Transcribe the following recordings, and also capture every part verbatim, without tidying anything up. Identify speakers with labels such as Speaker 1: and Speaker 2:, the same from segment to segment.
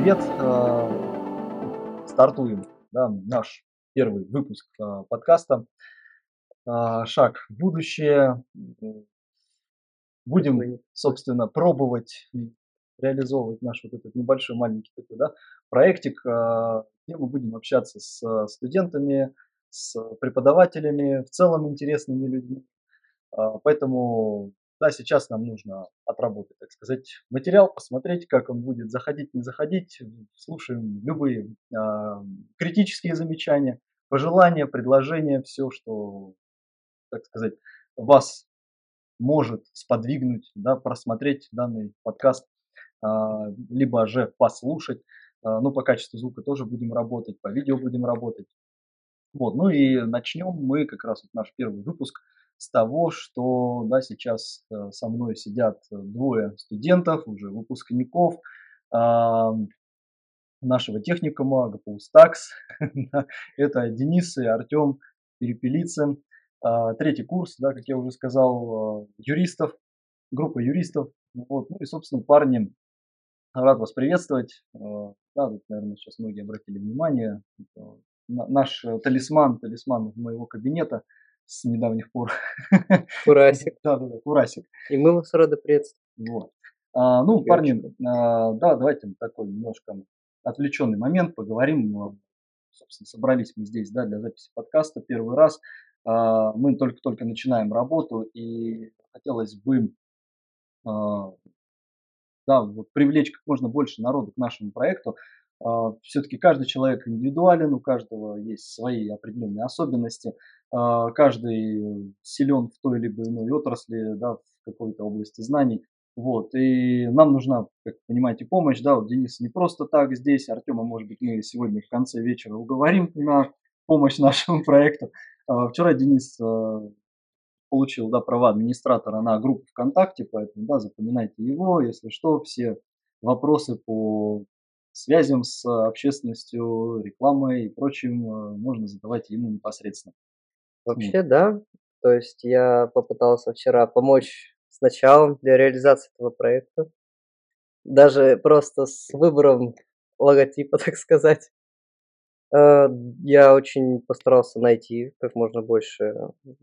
Speaker 1: привет! А, Стартуем, да, наш первый выпуск а, подкаста а, «Шаг в будущее». М, Будем,
Speaker 2: Такой
Speaker 1: собственно, пробовать м, реализовывать наш вот этот небольшой маленький такой, да, проектик, а, где мы будем общаться с а, студентами, с преподавателями, в целом интересными людьми. А, Поэтому, да, сейчас нам нужно отработать, так сказать, материал, посмотреть, как он будет заходить, не заходить. Слушаем любые а, критические замечания, пожелания, предложения, все, что, так сказать, вас может сподвигнуть, да, просмотреть данный подкаст, а, либо же послушать. А, Ну, по качеству звука тоже будем работать, по видео будем работать. Вот, ну и начнем мы как раз вот наш первый выпуск с того, что, да, сейчас э, со мной сидят э, двое студентов, уже выпускников а, нашего техникума ГПУ СТАКС. Да. Это Денис и Артем Перепелицын. А, Третий курс, да, как я уже сказал, э, юристов, группа юристов. Вот, ну и, собственно, парни, рад вас приветствовать. Э, Да, тут, наверное, сейчас многие обратили внимание. Это на- наш э, талисман, талисман моего кабинета с недавних пор.
Speaker 2: Курасик.
Speaker 1: Да, да, да, Курасик.
Speaker 2: И мы вас рады приветствовать.
Speaker 1: Вот. А, Ну, парни,
Speaker 2: Ёрчиком.
Speaker 1: а, да, давайте такой немножко отвлеченный момент поговорим. А, Собственно, собрались мы здесь, да, для записи подкаста первый раз. А, Мы только-только начинаем работу, и хотелось бы а, да, вот привлечь как можно больше народу к нашему проекту. Все-таки каждый человек индивидуален, у каждого есть свои определенные особенности, а, каждый силен в той либо иной отрасли, да, в какой-то области знаний. Вот. И нам нужна, как вы понимаете, помощь. Да, вот Денис не просто так здесь, Артема, может быть, мы сегодня в конце вечера уговорим на помощь нашему проекту. А, Вчера Денис а, получил, да, права администратора на группу ВКонтакте, поэтому, да, запоминайте его, если что, все вопросы по связям с общественностью, рекламой и прочим э, можно задавать ему непосредственно. Вот.
Speaker 2: Вообще, да. То есть я попытался вчера помочь с началом для реализации этого проекта. Даже просто с выбором логотипа, так сказать. Э, я очень постарался найти как можно больше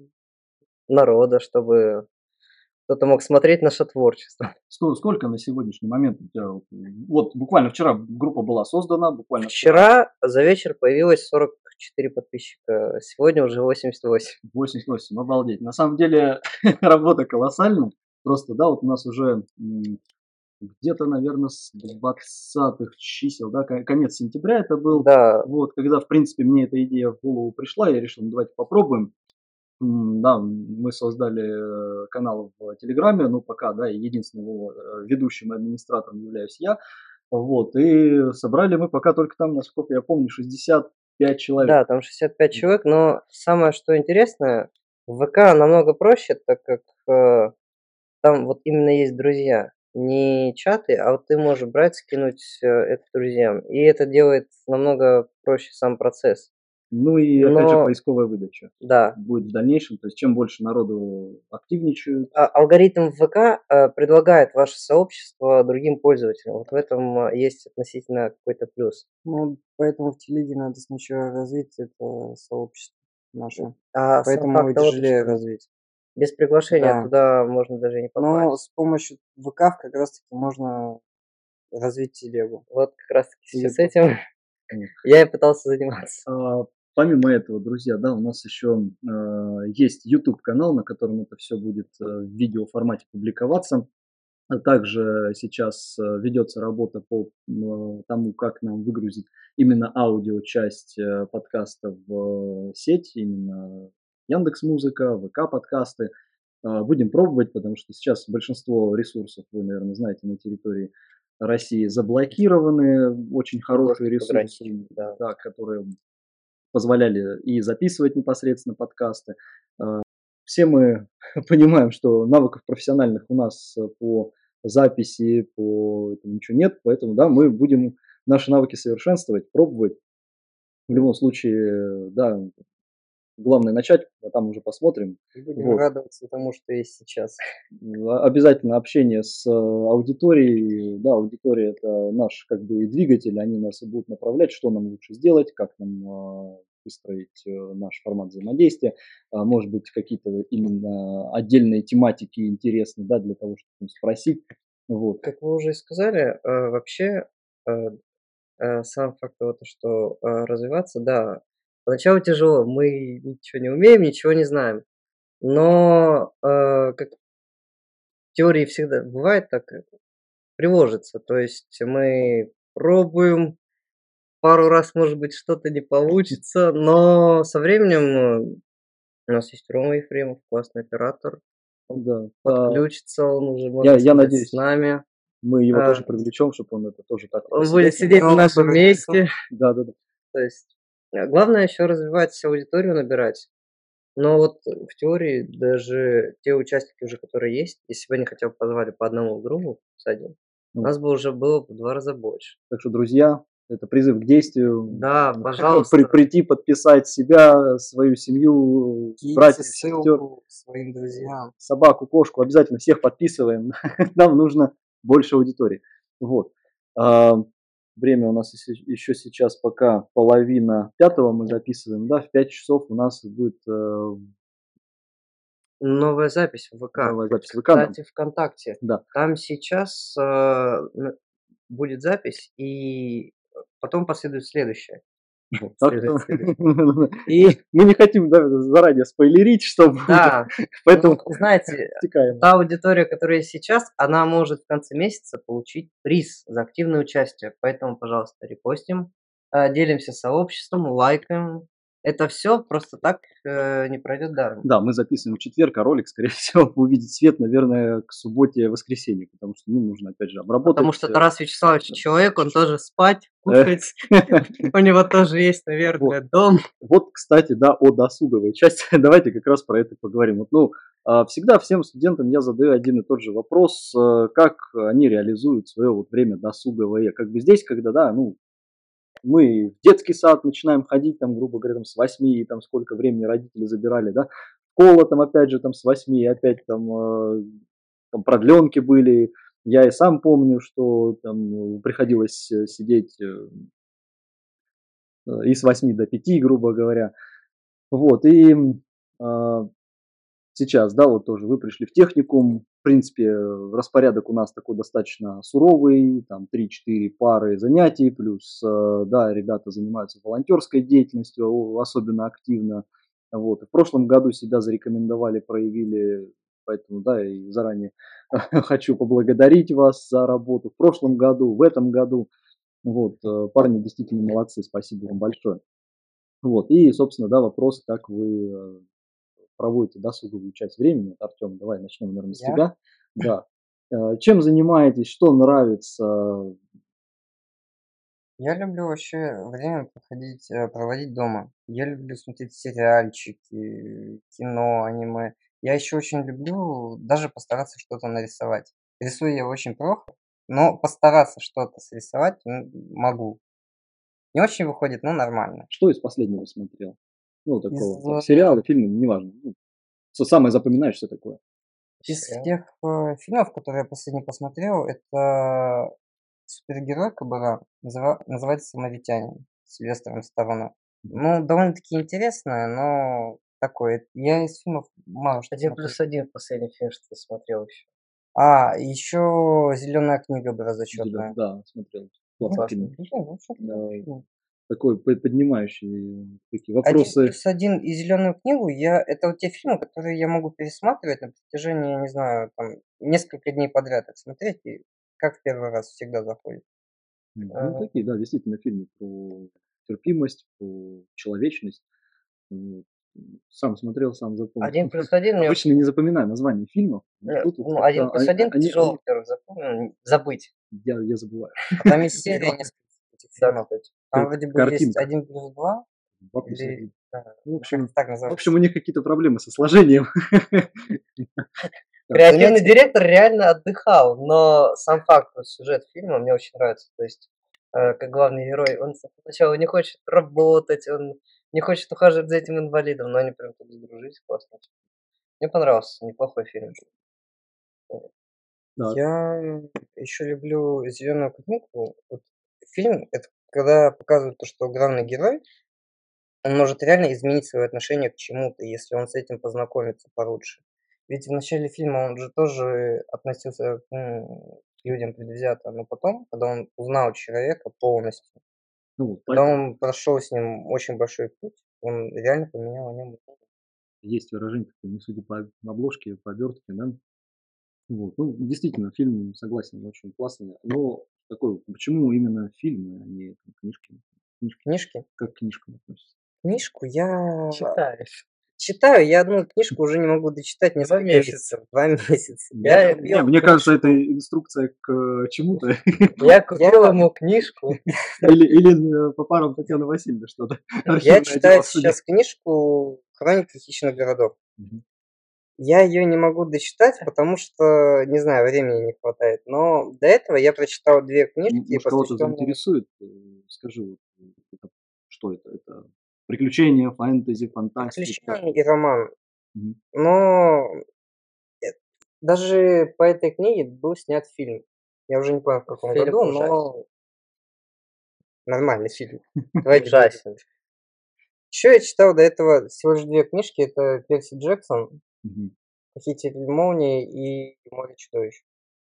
Speaker 2: народа, чтобы кто-то мог смотреть наше творчество.
Speaker 1: Ско- Сколько на сегодняшний момент у тебя, вот, вот буквально вчера группа была создана, буквально вчера
Speaker 2: Вчера за вечер появилось сорок четыре подписчика, сегодня уже восемьдесят восемь.
Speaker 1: восемьдесят восемь, обалдеть. На самом деле работа колоссальная, просто, да, вот у нас уже м, где-то, наверное, с двадцатых чисел, да, ко- конец сентября это был.
Speaker 2: Да,
Speaker 1: Вот, когда, в принципе, мне эта идея в голову пришла, я решил, ну, давайте попробуем. М, Да, мы создали э, канал в Телеграме, ну, пока, да, и единственным его э, ведущим и администратором являюсь я. Вот, и собрали мы пока только там, насколько я помню, шестьдесят пять человек.
Speaker 2: да, там шестьдесят пять человек, но самое, что интересное, в ВК намного проще, так как, э, там вот именно есть друзья. Не чаты, а вот ты можешь брать, скинуть, э, это друзьям. И это делает намного проще сам процесс.
Speaker 1: Ну и, опять же,
Speaker 2: Но
Speaker 1: поисковая выдача
Speaker 2: да,
Speaker 1: будет в дальнейшем. То есть, чем больше народу активничают.
Speaker 2: а алгоритм ВК, э, предлагает ваше сообщество другим пользователям. Вот в этом, э, есть относительно какой-то плюс.
Speaker 3: Ну, поэтому в телеге надо сначала развить это сообщество наше.
Speaker 2: А сам
Speaker 3: Поэтому
Speaker 2: факт
Speaker 3: его
Speaker 2: того, то,
Speaker 3: тяжелее
Speaker 2: что
Speaker 3: развить.
Speaker 2: без приглашения
Speaker 3: Да.
Speaker 2: туда можно даже не
Speaker 3: Но
Speaker 2: попасть.
Speaker 3: с помощью ВК как раз таки можно развить телегу.
Speaker 2: Вот как раз таки
Speaker 3: Или
Speaker 2: сейчас этим
Speaker 1: Вот.
Speaker 2: я и пытался заниматься.
Speaker 1: А, Помимо этого, друзья, да, у нас еще э, есть YouTube канал, на котором это все будет э, в видеоформате публиковаться. А также сейчас э, ведется работа по э, тому, как нам выгрузить именно аудиочасть э, подкаста в э, сеть, именно Яндекс Музыка, ВК подкасты. А, Будем пробовать, потому что сейчас большинство ресурсов, вы, наверное, знаете, на территории России заблокированы. Очень хорошие
Speaker 2: Доступ
Speaker 1: ресурсы,
Speaker 2: ограничен, да.
Speaker 1: да, которые позволяли и записывать непосредственно подкасты. А, Все мы понимаем, что навыков профессиональных у нас э, по записи, по этому ничего нет, поэтому, да, мы будем наши навыки совершенствовать, пробовать. В любом случае, да, главное начать, а там уже посмотрим.
Speaker 2: Будем
Speaker 1: Вот.
Speaker 2: радоваться тому, что есть сейчас.
Speaker 1: А- Обязательно общение с э, аудиторией. Да, аудитория это наш как бы двигатель, они нас и будут направлять, что нам лучше сделать, как нам а, выстроить э, наш формат взаимодействия. А, Может быть, какие-то именно отдельные тематики интересны, да, для того, чтобы спросить. Вот.
Speaker 2: Как вы уже и сказали, э, вообще э, э, сам факт того, то, что э, развиваться, да, поначалу тяжело, мы ничего не умеем, ничего не знаем. Но э, как в теории всегда бывает так, э, приложится. То есть мы пробуем, пару раз, может быть, что-то не получится, но со временем э, у нас есть Рома Ефремов, классный оператор,
Speaker 1: Да. А,
Speaker 2: подключится, он уже,
Speaker 1: Я,
Speaker 2: можно
Speaker 1: я
Speaker 2: сказать, с
Speaker 1: надеюсь,
Speaker 2: нами.
Speaker 1: мы его
Speaker 2: А,
Speaker 1: тоже привлечем, чтобы он это тоже так
Speaker 2: Он будет
Speaker 1: посидел.
Speaker 2: сидеть на
Speaker 3: Новый
Speaker 2: нашем
Speaker 3: продюсер.
Speaker 2: месте.
Speaker 1: Да, да, да.
Speaker 2: То есть э, главное еще развивать аудиторию, набирать. Но вот в теории даже те участники уже, которые есть, если бы они хотя бы позвали по одному другу садим, у
Speaker 1: Ну,
Speaker 2: нас бы уже было в два раза больше.
Speaker 1: Так что, друзья, это призыв к действию.
Speaker 2: Да,
Speaker 1: При-
Speaker 2: пожалуйста,
Speaker 1: прийти, подписать себя, свою семью,
Speaker 3: Киньте
Speaker 1: братьев, сестер,
Speaker 3: ссылку своим друзьям.
Speaker 1: собаку, кошку. Обязательно всех подписываем. Нам нужно больше аудитории. Вот. А, Время у нас еще еще сейчас пока половина пятого мы записываем. Да, в пять часов у нас будет э,
Speaker 2: новая запись в ВК.
Speaker 1: новая запись в ВК. нам.
Speaker 2: Кстати, ВКонтакте.
Speaker 1: Да.
Speaker 2: Там сейчас э, н- будет запись, и потом последует следующая.
Speaker 1: Вот. Так
Speaker 2: Следует
Speaker 1: что
Speaker 2: следующая. И
Speaker 1: мы не хотим да, заранее спойлерить, что будет.
Speaker 2: да,
Speaker 1: Поэтому
Speaker 2: ну, знаете,
Speaker 1: втекаем.
Speaker 2: та аудитория, которая есть сейчас, она может в конце месяца получить приз за активное участие. Поэтому, пожалуйста, репостим, э, делимся сообществом, лайкаем. Это все просто так э, не пройдет даром.
Speaker 1: Да, мы записываем в четверг, а ролик, скорее всего, увидит свет, наверное, к субботе-воскресенью, потому что ну, нужно, опять же, обработать.
Speaker 2: Потому что
Speaker 1: э,
Speaker 2: Тарас Вячеславович человек, он тоже спать,
Speaker 1: э,
Speaker 2: кушать. У него тоже есть, наверное, дом.
Speaker 1: Вот, кстати, да, о досуговой части. Давайте как раз про это поговорим. Вот, ну, а, всегда всем студентам я задаю один и тот же вопрос, э, как они реализуют свое вот время досуговое. Как бы здесь, когда, да, ну, мы в детский сад начинаем ходить, там, грубо говоря, там, с восьми, и там сколько времени родители забирали, да, школа там, опять же, там, с восьми, и опять там, э, там продленки были. Я и сам помню, что там э, приходилось э, сидеть э, и с восьми до пяти, грубо говоря. Вот, и а, сейчас, да, вот тоже вы пришли в техникум, в принципе, э, распорядок у нас такой достаточно суровый, там три-четыре пары занятий, плюс, э, да, ребята занимаются волонтерской деятельностью, о- особенно активно. Вот, и в прошлом году себя зарекомендовали, проявили, поэтому, да, и заранее хочу поблагодарить вас за работу в прошлом году, в этом году. Вот, э, парни действительно молодцы, спасибо вам большое. Вот, и, собственно, да, вопрос, как вы э, проводите досуговую часть времени. Артем, давай начнем, наверное, с
Speaker 3: Я?
Speaker 1: тебя. Да. Э, Чем занимаетесь, что нравится?
Speaker 3: Я люблю вообще время проходить, э, проводить дома. Я люблю смотреть сериальчики, кино, аниме. Я еще очень люблю даже постараться что-то нарисовать. Рисую я очень плохо, но постараться что-то срисовать м, могу. Не очень выходит, но нормально.
Speaker 1: Что из последнего смотрел? Ну,
Speaker 3: Из,
Speaker 1: такого, там,
Speaker 3: э,
Speaker 1: сериалы, фильмы, неважно. Ну, что самое запоминающееся такое.
Speaker 3: из
Speaker 2: Сериал.
Speaker 3: тех э, фильмов, которые я последний посмотрел, это супергерой Кабара, называ- называется «Самаритянин» с Сильвестром Сталлоне. Ну, довольно-таки интересное, но такое. Я из фильмов мало что
Speaker 2: Один
Speaker 3: смотрю.
Speaker 2: плюс один последний фильм, что смотрел еще.
Speaker 3: А, еще «Зеленая книга» была
Speaker 1: Зелё-
Speaker 3: зачетная.
Speaker 1: Да, смотрел.
Speaker 3: Ну,
Speaker 1: Классный
Speaker 2: Классно.
Speaker 1: фильм.
Speaker 3: блин, ну, что
Speaker 1: Да,
Speaker 3: такое фильм?
Speaker 1: такой по- поднимающий э, такие
Speaker 3: Один
Speaker 1: вопросы.
Speaker 3: плюс один и «Зеленую книгу» я это вот те фильмы, которые я могу пересматривать на протяжении, я не знаю, там, несколько дней подряд их смотреть, и как в первый раз всегда заходит.
Speaker 1: Ну,
Speaker 2: Ага.
Speaker 1: такие, да, действительно, фильмы про терпимость, про человечность. Вот. Сам смотрел, сам запомнил.
Speaker 2: Один плюс один мне
Speaker 1: Обычно не запоминаю название фильмов. но
Speaker 2: Нет,
Speaker 1: Тут вот
Speaker 2: ну, один
Speaker 1: как-то
Speaker 2: плюс
Speaker 1: они,
Speaker 2: один
Speaker 1: они-
Speaker 2: тяжело,
Speaker 1: они-
Speaker 2: во-первых, запомнить, забыть.
Speaker 1: я, я забываю.
Speaker 3: А там есть серия несколько этих фильмов.
Speaker 2: Запутать.
Speaker 3: Там
Speaker 1: Кар-
Speaker 3: вроде бы есть
Speaker 1: Картинка.
Speaker 3: один плюс два,
Speaker 1: Два плюс
Speaker 3: или
Speaker 1: один.
Speaker 3: да,
Speaker 1: Ну, в
Speaker 3: ну,
Speaker 1: общем,
Speaker 3: как-то так
Speaker 1: в
Speaker 3: называется.
Speaker 1: общем, у них какие-то проблемы со сложением. Так,
Speaker 2: Креативный директор реально отдыхал, но сам факт, вот сюжет фильма мне очень нравится. То есть э, как главный герой, он сначала не хочет работать, он не хочет ухаживать за этим инвалидом, но они прям так сдружились, классно. Мне понравился, неплохой фильм.
Speaker 1: Так.
Speaker 3: Я еще люблю «Зеленую книгу». Вот фильм- это когда показывают то, что главный герой, он может реально изменить свое отношение к чему-то, если он с этим познакомится получше. Ведь в начале фильма он же тоже относился, м, к людям предвзято, но потом, когда он узнал человека полностью,
Speaker 1: Ну, вот
Speaker 3: когда
Speaker 1: поэтому
Speaker 3: он прошел с ним очень большой путь, он реально поменял о нем мнение.
Speaker 1: есть выражение такое, не судя по обложке, по обертке, да. Вот. Ну, действительно, фильм, согласен, очень классный. Но такой, почему именно фильмы, а не там, книжки? Книжки
Speaker 3: Книжки?
Speaker 1: как к книжкам относятся?
Speaker 3: Книжку я
Speaker 2: Читаешь.
Speaker 3: читаю, я одну книжку уже не могу дочитать
Speaker 2: Два
Speaker 3: несколько
Speaker 2: месяца.
Speaker 3: месяцев, два месяца.
Speaker 2: Я
Speaker 3: Я
Speaker 2: не,
Speaker 3: купил
Speaker 1: мне кажется, это
Speaker 3: книжку.
Speaker 1: инструкция к э, чему-то.
Speaker 2: Я купил
Speaker 3: Я
Speaker 2: ему книжку.
Speaker 1: Или, или э, по парам Татьяны Васильевны что-то.
Speaker 3: я
Speaker 1: Архивное
Speaker 3: читаю
Speaker 1: дело в суде.
Speaker 3: сейчас книжку «Хроники хищных городов».
Speaker 1: Мгм.
Speaker 3: Я ее не могу дочитать, потому что, не знаю, времени не хватает. Но до этого я прочитал две
Speaker 1: М,
Speaker 3: книжки,
Speaker 1: Может, кого-то
Speaker 3: посвященные
Speaker 1: заинтересует? э, Скажи, вот, э, это что это? Это приключения, фэнтези, фантастика.
Speaker 3: приключения и роман.
Speaker 1: Мгм.
Speaker 3: Но э, даже по этой книге был снят фильм. Я уже не помню, в каком
Speaker 2: Фильм
Speaker 3: году,
Speaker 2: ужасен.
Speaker 3: но нормальный фильм. Давайте будем.
Speaker 2: Ужасен.
Speaker 3: Еще я читал до этого всего лишь две книжки. Это Перси Джексон,
Speaker 1: Мгм.
Speaker 3: «Похититель молнии» и «Море чудовищ».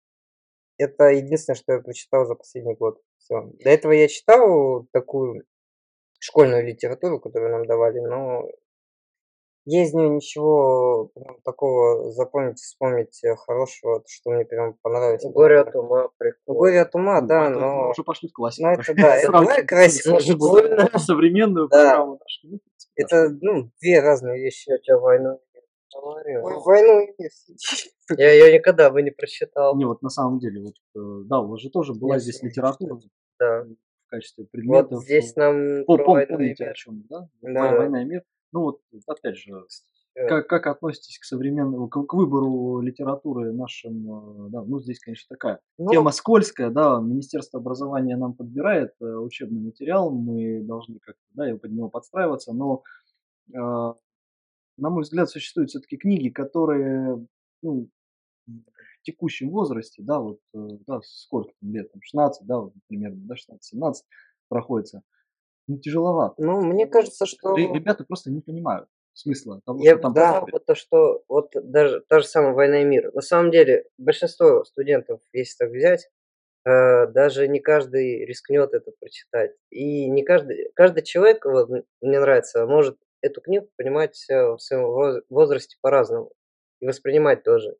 Speaker 3: Это единственное, что я прочитал за последний год. Всё. До этого я читал такую школьную литературу, которую нам давали, но я из нее ничего прям такого запомнить, вспомнить, э, хорошего, что мне прям понравилось.
Speaker 2: Горе от ума,
Speaker 3: Ну,
Speaker 2: прикольно.
Speaker 3: «Горе от ума»,
Speaker 1: Ну,
Speaker 3: да,
Speaker 1: это мы
Speaker 3: но
Speaker 1: уже пошли в классику.
Speaker 3: но это да, это
Speaker 1: Сравнивать
Speaker 3: давай
Speaker 1: с-
Speaker 3: красиво,
Speaker 1: с-
Speaker 3: школьно.
Speaker 1: с современную
Speaker 3: Да,
Speaker 1: программу нашу. Ну, в принципе, да,
Speaker 3: это,
Speaker 1: что-
Speaker 3: ну, две разные вещи.
Speaker 2: Я тебе войну не
Speaker 3: Ой,
Speaker 2: говорю.
Speaker 3: «Войну и мир».
Speaker 2: Я ее никогда бы не прочитал.
Speaker 1: Не, вот на самом деле, вот, э, да, у вас же тоже была
Speaker 3: Я
Speaker 1: здесь
Speaker 3: всё
Speaker 1: литература
Speaker 2: Да.
Speaker 1: в качестве
Speaker 2: Вот
Speaker 1: предметов.
Speaker 2: здесь
Speaker 1: э,
Speaker 2: нам
Speaker 1: Пом-
Speaker 2: про
Speaker 1: пом-
Speaker 2: войну и
Speaker 1: помните, о
Speaker 2: мир.
Speaker 1: чем, да?
Speaker 3: Да.
Speaker 1: Вой- Война и мир. Ну вот, опять же,
Speaker 2: Э,
Speaker 1: как, как относитесь к современному, к, к выбору литературы нашим, э, да, ну здесь, конечно, такая
Speaker 3: Ну,
Speaker 1: тема скользкая, да, Министерство образования нам подбирает э, учебный материал, мы должны как-то, да, его под него подстраиваться, но, э, на мой взгляд, существуют все-таки книги, которые, ну, в текущем возрасте, да, вот, э, да, сколько там лет, там, шестнадцать, да, вот примерно, да, шестнадцать-семнадцать проходится, ну, тяжеловато.
Speaker 3: ну, мне кажется,
Speaker 1: Ре-
Speaker 3: что
Speaker 1: Ребята просто не понимают смысла того,
Speaker 2: Я
Speaker 1: что
Speaker 2: бы
Speaker 1: там
Speaker 2: сказал
Speaker 1: происходит.
Speaker 2: бы то, что вот даже та же самая «Война и мир». На самом деле большинство студентов, если так взять, э, даже не каждый рискнет это прочитать. И не каждый каждый человек, вот м мне нравится, может эту книгу понимать, э, в своем воз возрасте по-разному и воспринимать тоже.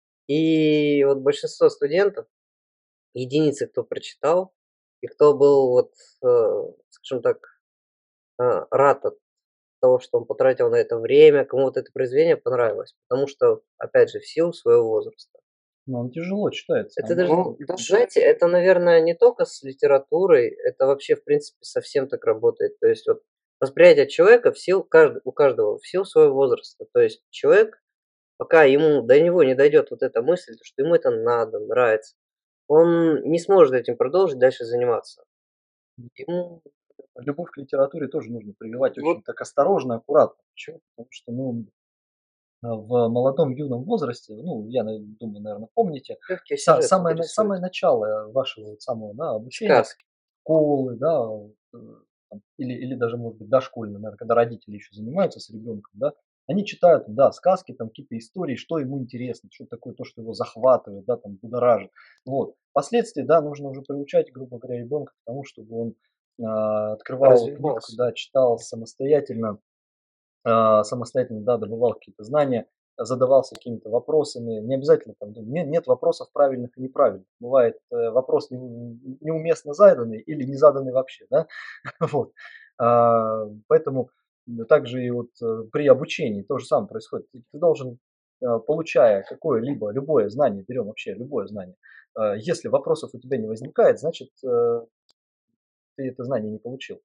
Speaker 2: И вот большинство студентов, единицы, кто прочитал и кто был вот, э, скажем так, э, рад от того, что он потратил на это время, кому вот это произведение понравилось. Потому что, опять же, в силу своего возраста.
Speaker 1: Ну, оно тяжело читается.
Speaker 2: Это
Speaker 1: Оно,
Speaker 2: даже,
Speaker 3: ну, даже
Speaker 2: знаете, это, наверное, не только с литературой, это вообще, в принципе, совсем так работает. То есть вот восприятие человека в силу кажд у каждого в силу своего возраста. То есть человек, пока ему до него не дойдет вот эта мысль, что ему это надо, нравится, он не сможет этим продолжить дальше заниматься. Ему
Speaker 1: любовь к литературе тоже нужно прививать
Speaker 3: вот
Speaker 1: очень так осторожно, аккуратно. Почему? Потому что, ну, а, в молодом юном возрасте, ну, я на- думаю, наверное, помните,
Speaker 2: легкий
Speaker 1: са-
Speaker 2: сюжет
Speaker 1: самое, на- самое
Speaker 2: интересует.
Speaker 1: начало вашего вот самого, да, обучения,
Speaker 2: Сказки.
Speaker 1: школы, да, вот, э, там, или, или даже, может быть, дошкольно, наверное, когда родители еще занимаются с ребенком, да, они читают, да, сказки, там, какие-то истории, что ему интересно, что такое то, что его захватывает, да, там, будоражит. Вот. Впоследствии, да, нужно уже приучать, грубо говоря, ребенка к тому, чтобы он а, открывал книжку,
Speaker 2: Развивался.
Speaker 1: да, читал самостоятельно, а, самостоятельно, да, добывал какие-то знания, задавался какими-то вопросами. Не обязательно там, ну, не- нет вопросов правильных и неправильных. Бывает э, вопрос не- неуместно заданный или не заданный вообще, да. Вот. А, Поэтому также и вот э, при обучении то же самое происходит. Ты ты должен, э, получая какое-либо, любое знание, берем вообще любое знание, э, если вопросов у тебя не возникает, значит, э, ты это знание не получил.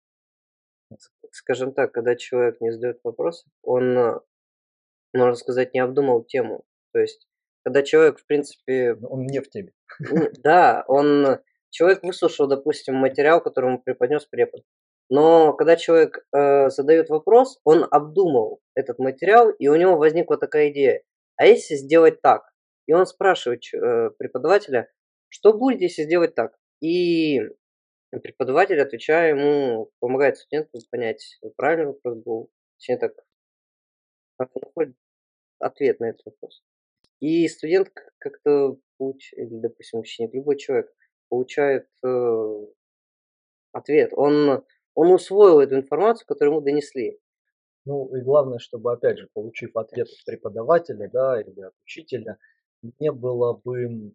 Speaker 2: Скажем так, когда человек не задает вопросов, он, э, можно сказать, не обдумал тему. То есть, когда человек, в принципе,
Speaker 1: Он не в теме.
Speaker 2: м, да, он человек выслушал, допустим, материал, который ему преподнес препод. Но когда человек э, задает вопрос, он обдумал этот материал, и у него возникла такая идея. А если сделать так? И он спрашивает ч- э, преподавателя, что будет, если сделать так? И преподаватель, отвечая ему, помогает студенту понять, правильный вопрос был, точнее так, как он находит ответ на этот вопрос. И студент к- как-то, получ- или, допустим, ученик, любой человек, получает э, ответ. Он, он усвоил эту информацию, которую ему донесли.
Speaker 1: Ну и главное, чтобы, опять же, получив ответ от преподавателя, да, или от учителя, не было бы, м,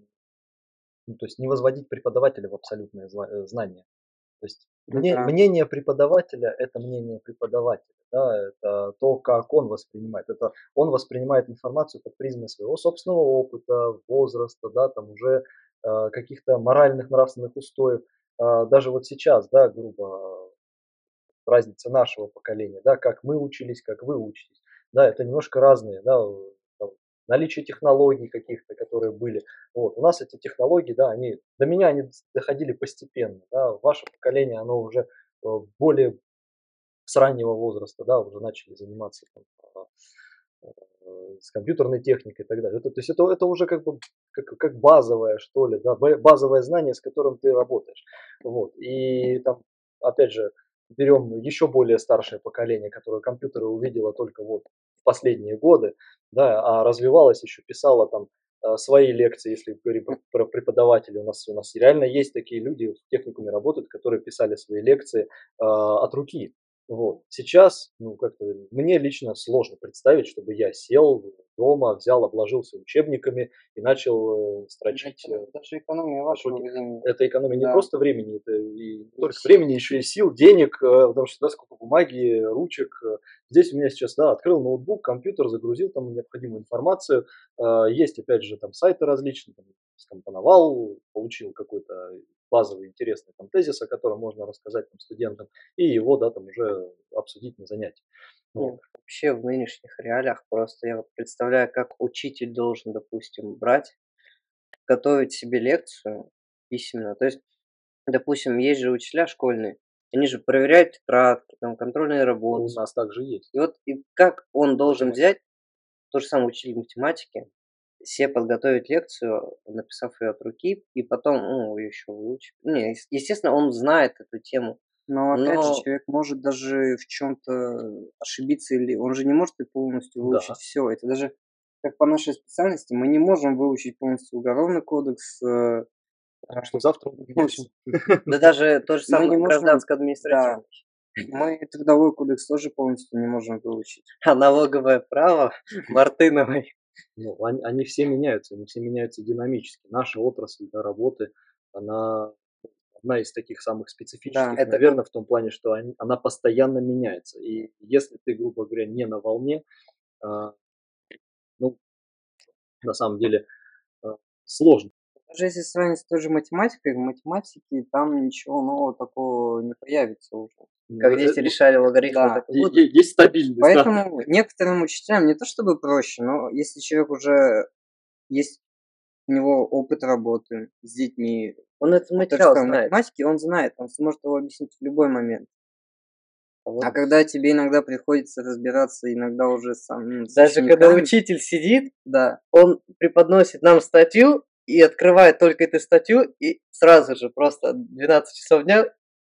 Speaker 1: ну, то есть не возводить преподавателя в абсолютное зва- э, знание. То есть
Speaker 3: Ну
Speaker 1: мне,
Speaker 3: да.
Speaker 1: мнение преподавателя – это мнение преподавателя, да, это то, как он воспринимает. Это он воспринимает информацию под призмой своего собственного опыта, возраста, да, там уже э, каких-то моральных, нравственных устоев. А, даже вот сейчас, да, грубо, разница нашего поколения, да, как мы учились, как вы учитесь, да, это немножко разные, да, э, там, наличие технологий каких-то, которые были. Вот. У нас эти технологии, да, они, до меня они доходили постепенно, да, ваше поколение, оно уже э, более с раннего возраста, да, уже начали заниматься там, а, э, с компьютерной техникой и так далее. Это, то есть это, это уже как бы как, как базовое, что ли, да, б- базовое знание, с которым ты работаешь. Вот. И там, опять же, берем еще более старшее поколение, которое компьютеры увидело только вот в последние годы, да, а развивалось еще, писало там э, свои лекции, если говорим про, про преподавателей. У нас, у нас реально есть такие люди, в техникуме работают, которые писали свои лекции э, от руки. Вот. Сейчас, ну, как-то мне лично сложно представить, чтобы я сел дома, взял, обложился учебниками и начал э, строчить.
Speaker 3: Это
Speaker 1: э,
Speaker 3: даже экономия
Speaker 1: от
Speaker 3: вашего
Speaker 1: руки.
Speaker 3: времени.
Speaker 1: Это экономия не
Speaker 3: Да.
Speaker 1: просто времени, это и не только
Speaker 3: сил.
Speaker 1: времени, еще и сил, денег, э, потому что да, сколько бумаги, ручек. э. Здесь у меня сейчас, да, открыл ноутбук, компьютер, загрузил там необходимую информацию. Э, Есть, опять же, там сайты различные, там, скомпоновал, получил какой-то базовый интересный там тезис, о котором можно рассказать там, студентам, и его, да, там уже обсудить на занятии. Вот.
Speaker 2: Ну, вообще в нынешних реалиях просто я вот представляю, как учитель должен, допустим, брать, готовить себе лекцию письменно. То есть, допустим, есть же учителя школьные, они же проверяют тетрадки, там, контрольные работы.
Speaker 1: У нас также есть.
Speaker 2: И вот и как он должен
Speaker 1: Математика.
Speaker 2: взять, тот же самый учитель математики, себе подготовить лекцию, написав ее от руки, и потом, ну, еще выучить. Не, ес- естественно, он знает эту тему,
Speaker 3: Но опять же,
Speaker 2: но
Speaker 3: человек может даже в чем-то ошибиться, или он же не может и полностью
Speaker 1: Да.
Speaker 3: выучить все. Это даже как по нашей специальности мы не можем выучить полностью уголовный кодекс. э,
Speaker 1: Так что завтра
Speaker 3: в общем,
Speaker 2: да даже тот же
Speaker 3: мы не
Speaker 2: самый
Speaker 3: можем,
Speaker 2: гражданско-административный.
Speaker 3: мы трудовой кодекс тоже полностью не можем выучить.
Speaker 2: А налоговое право Мартыновой.
Speaker 1: Ну, они, они все меняются, они все меняются динамически. Наша отрасль да, работы, она одна из таких самых специфических,
Speaker 3: Да.
Speaker 2: Это
Speaker 1: наверное, в том плане, что они- она постоянно меняется. И если ты, грубо говоря, не на волне, а, ну, на самом деле, а, сложно.
Speaker 3: Даже если сравнить с той же математикой, в математике там ничего нового такого не появится уже.
Speaker 2: как
Speaker 1: Э,
Speaker 2: дети
Speaker 1: э,
Speaker 2: решали логарифмы,
Speaker 3: Да.
Speaker 2: так и
Speaker 1: е-
Speaker 2: будут.
Speaker 1: е- Есть стабильность, да.
Speaker 3: Поэтому некоторым учителям не то чтобы проще, но если человек уже есть у него опыт работы с детьми,
Speaker 2: Он этот
Speaker 3: той же
Speaker 2: материал
Speaker 3: самой
Speaker 2: знает.
Speaker 3: математики, он знает, он сможет его объяснить в любой момент.
Speaker 2: А вот
Speaker 3: А когда тебе иногда приходится разбираться, иногда уже сам, ну, с
Speaker 2: даже когда
Speaker 3: учениками,
Speaker 2: учитель сидит,
Speaker 3: да,
Speaker 2: он преподносит нам статью и открывает только эту статью, и сразу же просто двенадцать часов дня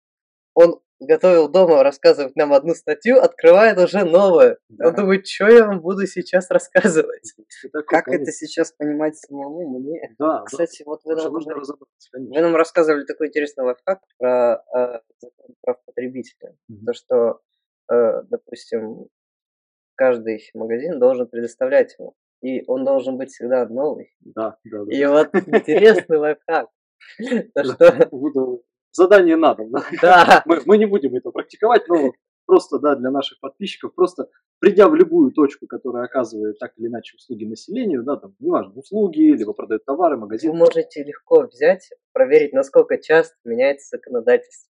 Speaker 2: он готовил дома рассказывать нам одну статью, открывает уже новую.
Speaker 3: Да.
Speaker 2: Он думает, что я вам буду сейчас рассказывать.
Speaker 1: Если такое,
Speaker 3: как
Speaker 1: конечно.
Speaker 3: это сейчас понимать самому мне?
Speaker 1: Да, да.
Speaker 2: Кстати, вот вы
Speaker 1: Потому что
Speaker 2: нам,
Speaker 1: нужно
Speaker 2: говорили-
Speaker 1: разобраться,
Speaker 2: вы
Speaker 1: конечно.
Speaker 2: нам рассказывали такой интересный лайфхак про э, закон прав потребителя.
Speaker 1: Мгм.
Speaker 2: То, что, э, допустим, каждый магазин должен предоставлять его. И он должен быть всегда новый.
Speaker 1: Да, да, да.
Speaker 2: И вот интересный лайфхак. То, что,
Speaker 1: Буду- Задание на дом, да.
Speaker 2: да,
Speaker 1: Мы, мы не будем это практиковать, но просто, да, для наших подписчиков, просто придя в любую точку, которая оказывает так или иначе услуги населению, да, там, неважно, услуги, либо продает товары,
Speaker 2: вы
Speaker 1: магазин.
Speaker 2: можете легко взять, проверить, насколько часто меняется законодательство.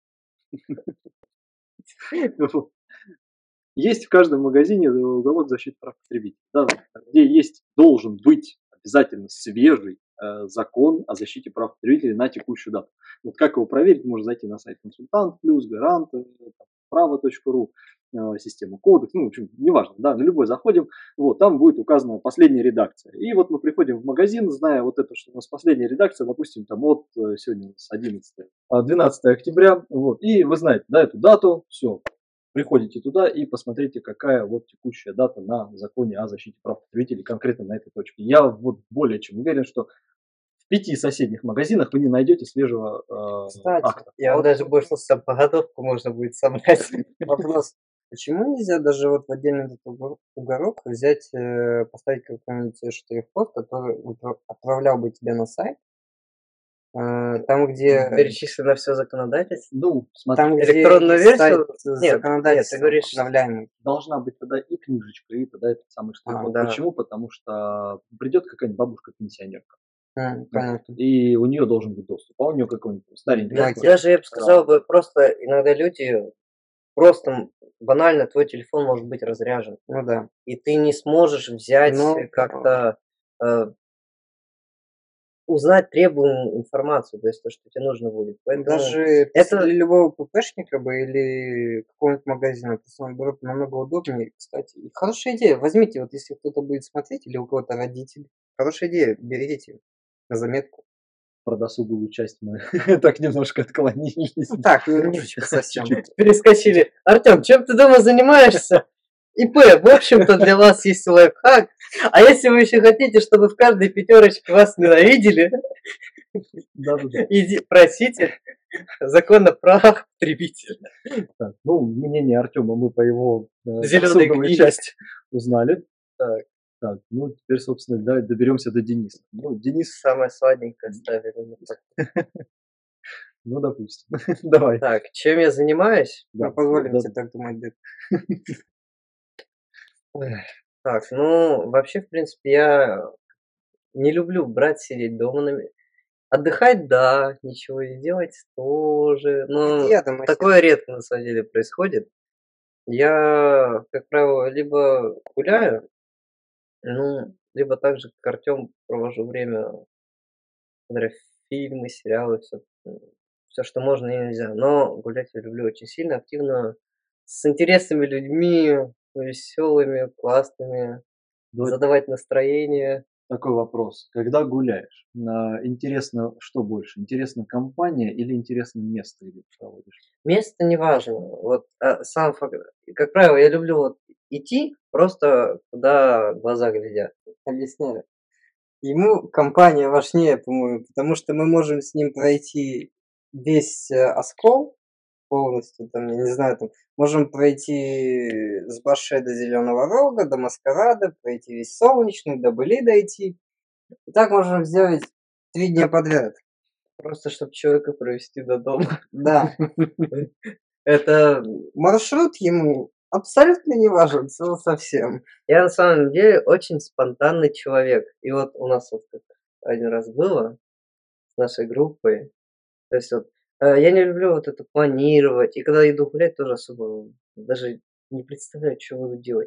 Speaker 1: Вот. Есть в каждом магазине уголок защиты прав потребителей, да, где есть, должен быть обязательно свежий, э, закон о защите прав потребителей на текущую дату. Вот как его проверить, можно зайти на сайт Консультант Плюс, Гарант, право точка ру, э, система кодекс, ну, в общем, неважно, да, на любой заходим, вот, там будет указана последняя редакция. И вот мы приходим в магазин, зная вот это, что у нас последняя редакция, допустим, там от э, сегодня у нас одиннадцатое, двенадцатое октября, вот, и вы знаете, да, эту дату, все, приходите туда и посмотрите, какая вот текущая дата на законе о защите прав потребителей конкретно на этой точке. Я вот более чем уверен, что в пяти соседних магазинах вы не найдете свежего э,
Speaker 3: Кстати,
Speaker 1: акта.
Speaker 2: Я
Speaker 3: вот
Speaker 2: даже больше с погодовку можно будет собрать.
Speaker 3: вопрос. Почему нельзя даже вот в отдельный этот угор- уголок взять, э, поставить какой-нибудь штрих-код, который упра- отправлял бы тебя на сайт, э, там, где,
Speaker 2: Перечислено все законодательство.
Speaker 1: Ну, смотри,
Speaker 3: там, где
Speaker 2: Электронную
Speaker 3: есть сайт
Speaker 2: версию? Нет, нет, ты
Speaker 3: законодательства
Speaker 2: говоришь,
Speaker 3: управляемый.
Speaker 1: должна быть тогда и книжечка, и тогда этот самый штрих-код.
Speaker 2: да.
Speaker 1: Почему? Потому что придет какая-нибудь бабушка-пенсионерка,
Speaker 3: М, понятно.
Speaker 1: и у нее должен быть доступ, а у нее какой-нибудь старенький.
Speaker 2: Да,
Speaker 3: Давайте.
Speaker 2: даже я бы сказал бы, просто иногда люди, просто м, банально твой телефон может быть разряжен,
Speaker 3: Ну да.
Speaker 2: и ты не сможешь взять
Speaker 3: Но
Speaker 2: э, как-то э, узнать требуемую информацию, то есть то, что тебе нужно будет. Поэтому
Speaker 3: даже
Speaker 2: это-
Speaker 3: для любого ППшника бы или какого-нибудь магазина, просто наоборот намного удобнее. Кстати, и хорошая идея. Возьмите, вот если кто-то будет смотреть или у кого-то родители, хорошая идея, берите на заметку.
Speaker 1: Про досуговую часть мы так немножко отклонились.
Speaker 3: Ну так, немножечко совсем.
Speaker 1: Чуть-чуть.
Speaker 2: перескочили. Артем, чем ты дома занимаешься? ИП, в общем-то, для вас есть лайфхак. А если вы еще хотите, чтобы в каждой пятерочке вас ненавидели,
Speaker 1: Да-да-да.
Speaker 2: иди, просите закон о правах потребителя.
Speaker 1: Так, ну, мнение Артема мы по его э,
Speaker 2: Зелёной
Speaker 1: досуговой
Speaker 2: книге.
Speaker 1: части узнали.
Speaker 2: Так.
Speaker 1: Так, ну теперь, собственно, да, доберемся до Дениса. Ну, Денис,
Speaker 2: Самое сладенькое ставили. мы так.
Speaker 1: ну, допустим. Давай.
Speaker 2: Так, чем я занимаюсь?
Speaker 1: Да,
Speaker 3: Мы позволим
Speaker 1: да,
Speaker 3: тебе так думать, Дед.
Speaker 2: Так, ну, вообще, в принципе, я не люблю брать, сидеть дома. на ме- Отдыхать, да, ничего не делать тоже. Но
Speaker 3: Я домой
Speaker 2: такое редко, на самом деле, происходит. Я, как правило, либо гуляю, ну, либо так же, как Артем, провожу время, смотря фильмы, сериалы, все, все, что можно и нельзя. Но гулять я люблю очень сильно, активно, с интересными людьми, веселыми, классными,
Speaker 1: давай
Speaker 2: задавать настроение.
Speaker 1: такой вопрос. Когда гуляешь, на- интересно, что больше? Интересно компания или интересно место, где ты проводишь?
Speaker 2: Место не важно. Вот а, сам факт. Как правило, я люблю вот идти просто куда глаза глядят.
Speaker 3: Объясняю. Ему компания важнее, по-моему, потому что мы можем с ним пройти весь э, оскол полностью, там, я не знаю, там, можем пройти с Баше до Зеленого Рога, до Маскарада, пройти весь Солнечный, до Были дойти. И так можем сделать три дня подряд.
Speaker 2: Просто чтобы человека провести до дома.
Speaker 3: Да,
Speaker 2: Это
Speaker 3: маршрут ему абсолютно не важен, со- совсем.
Speaker 2: я на самом деле очень спонтанный человек. И вот у нас вот как один раз было с нашей группой. То есть вот э, я не люблю вот это планировать. И когда иду гулять, тоже особо даже не представляю, что буду делать.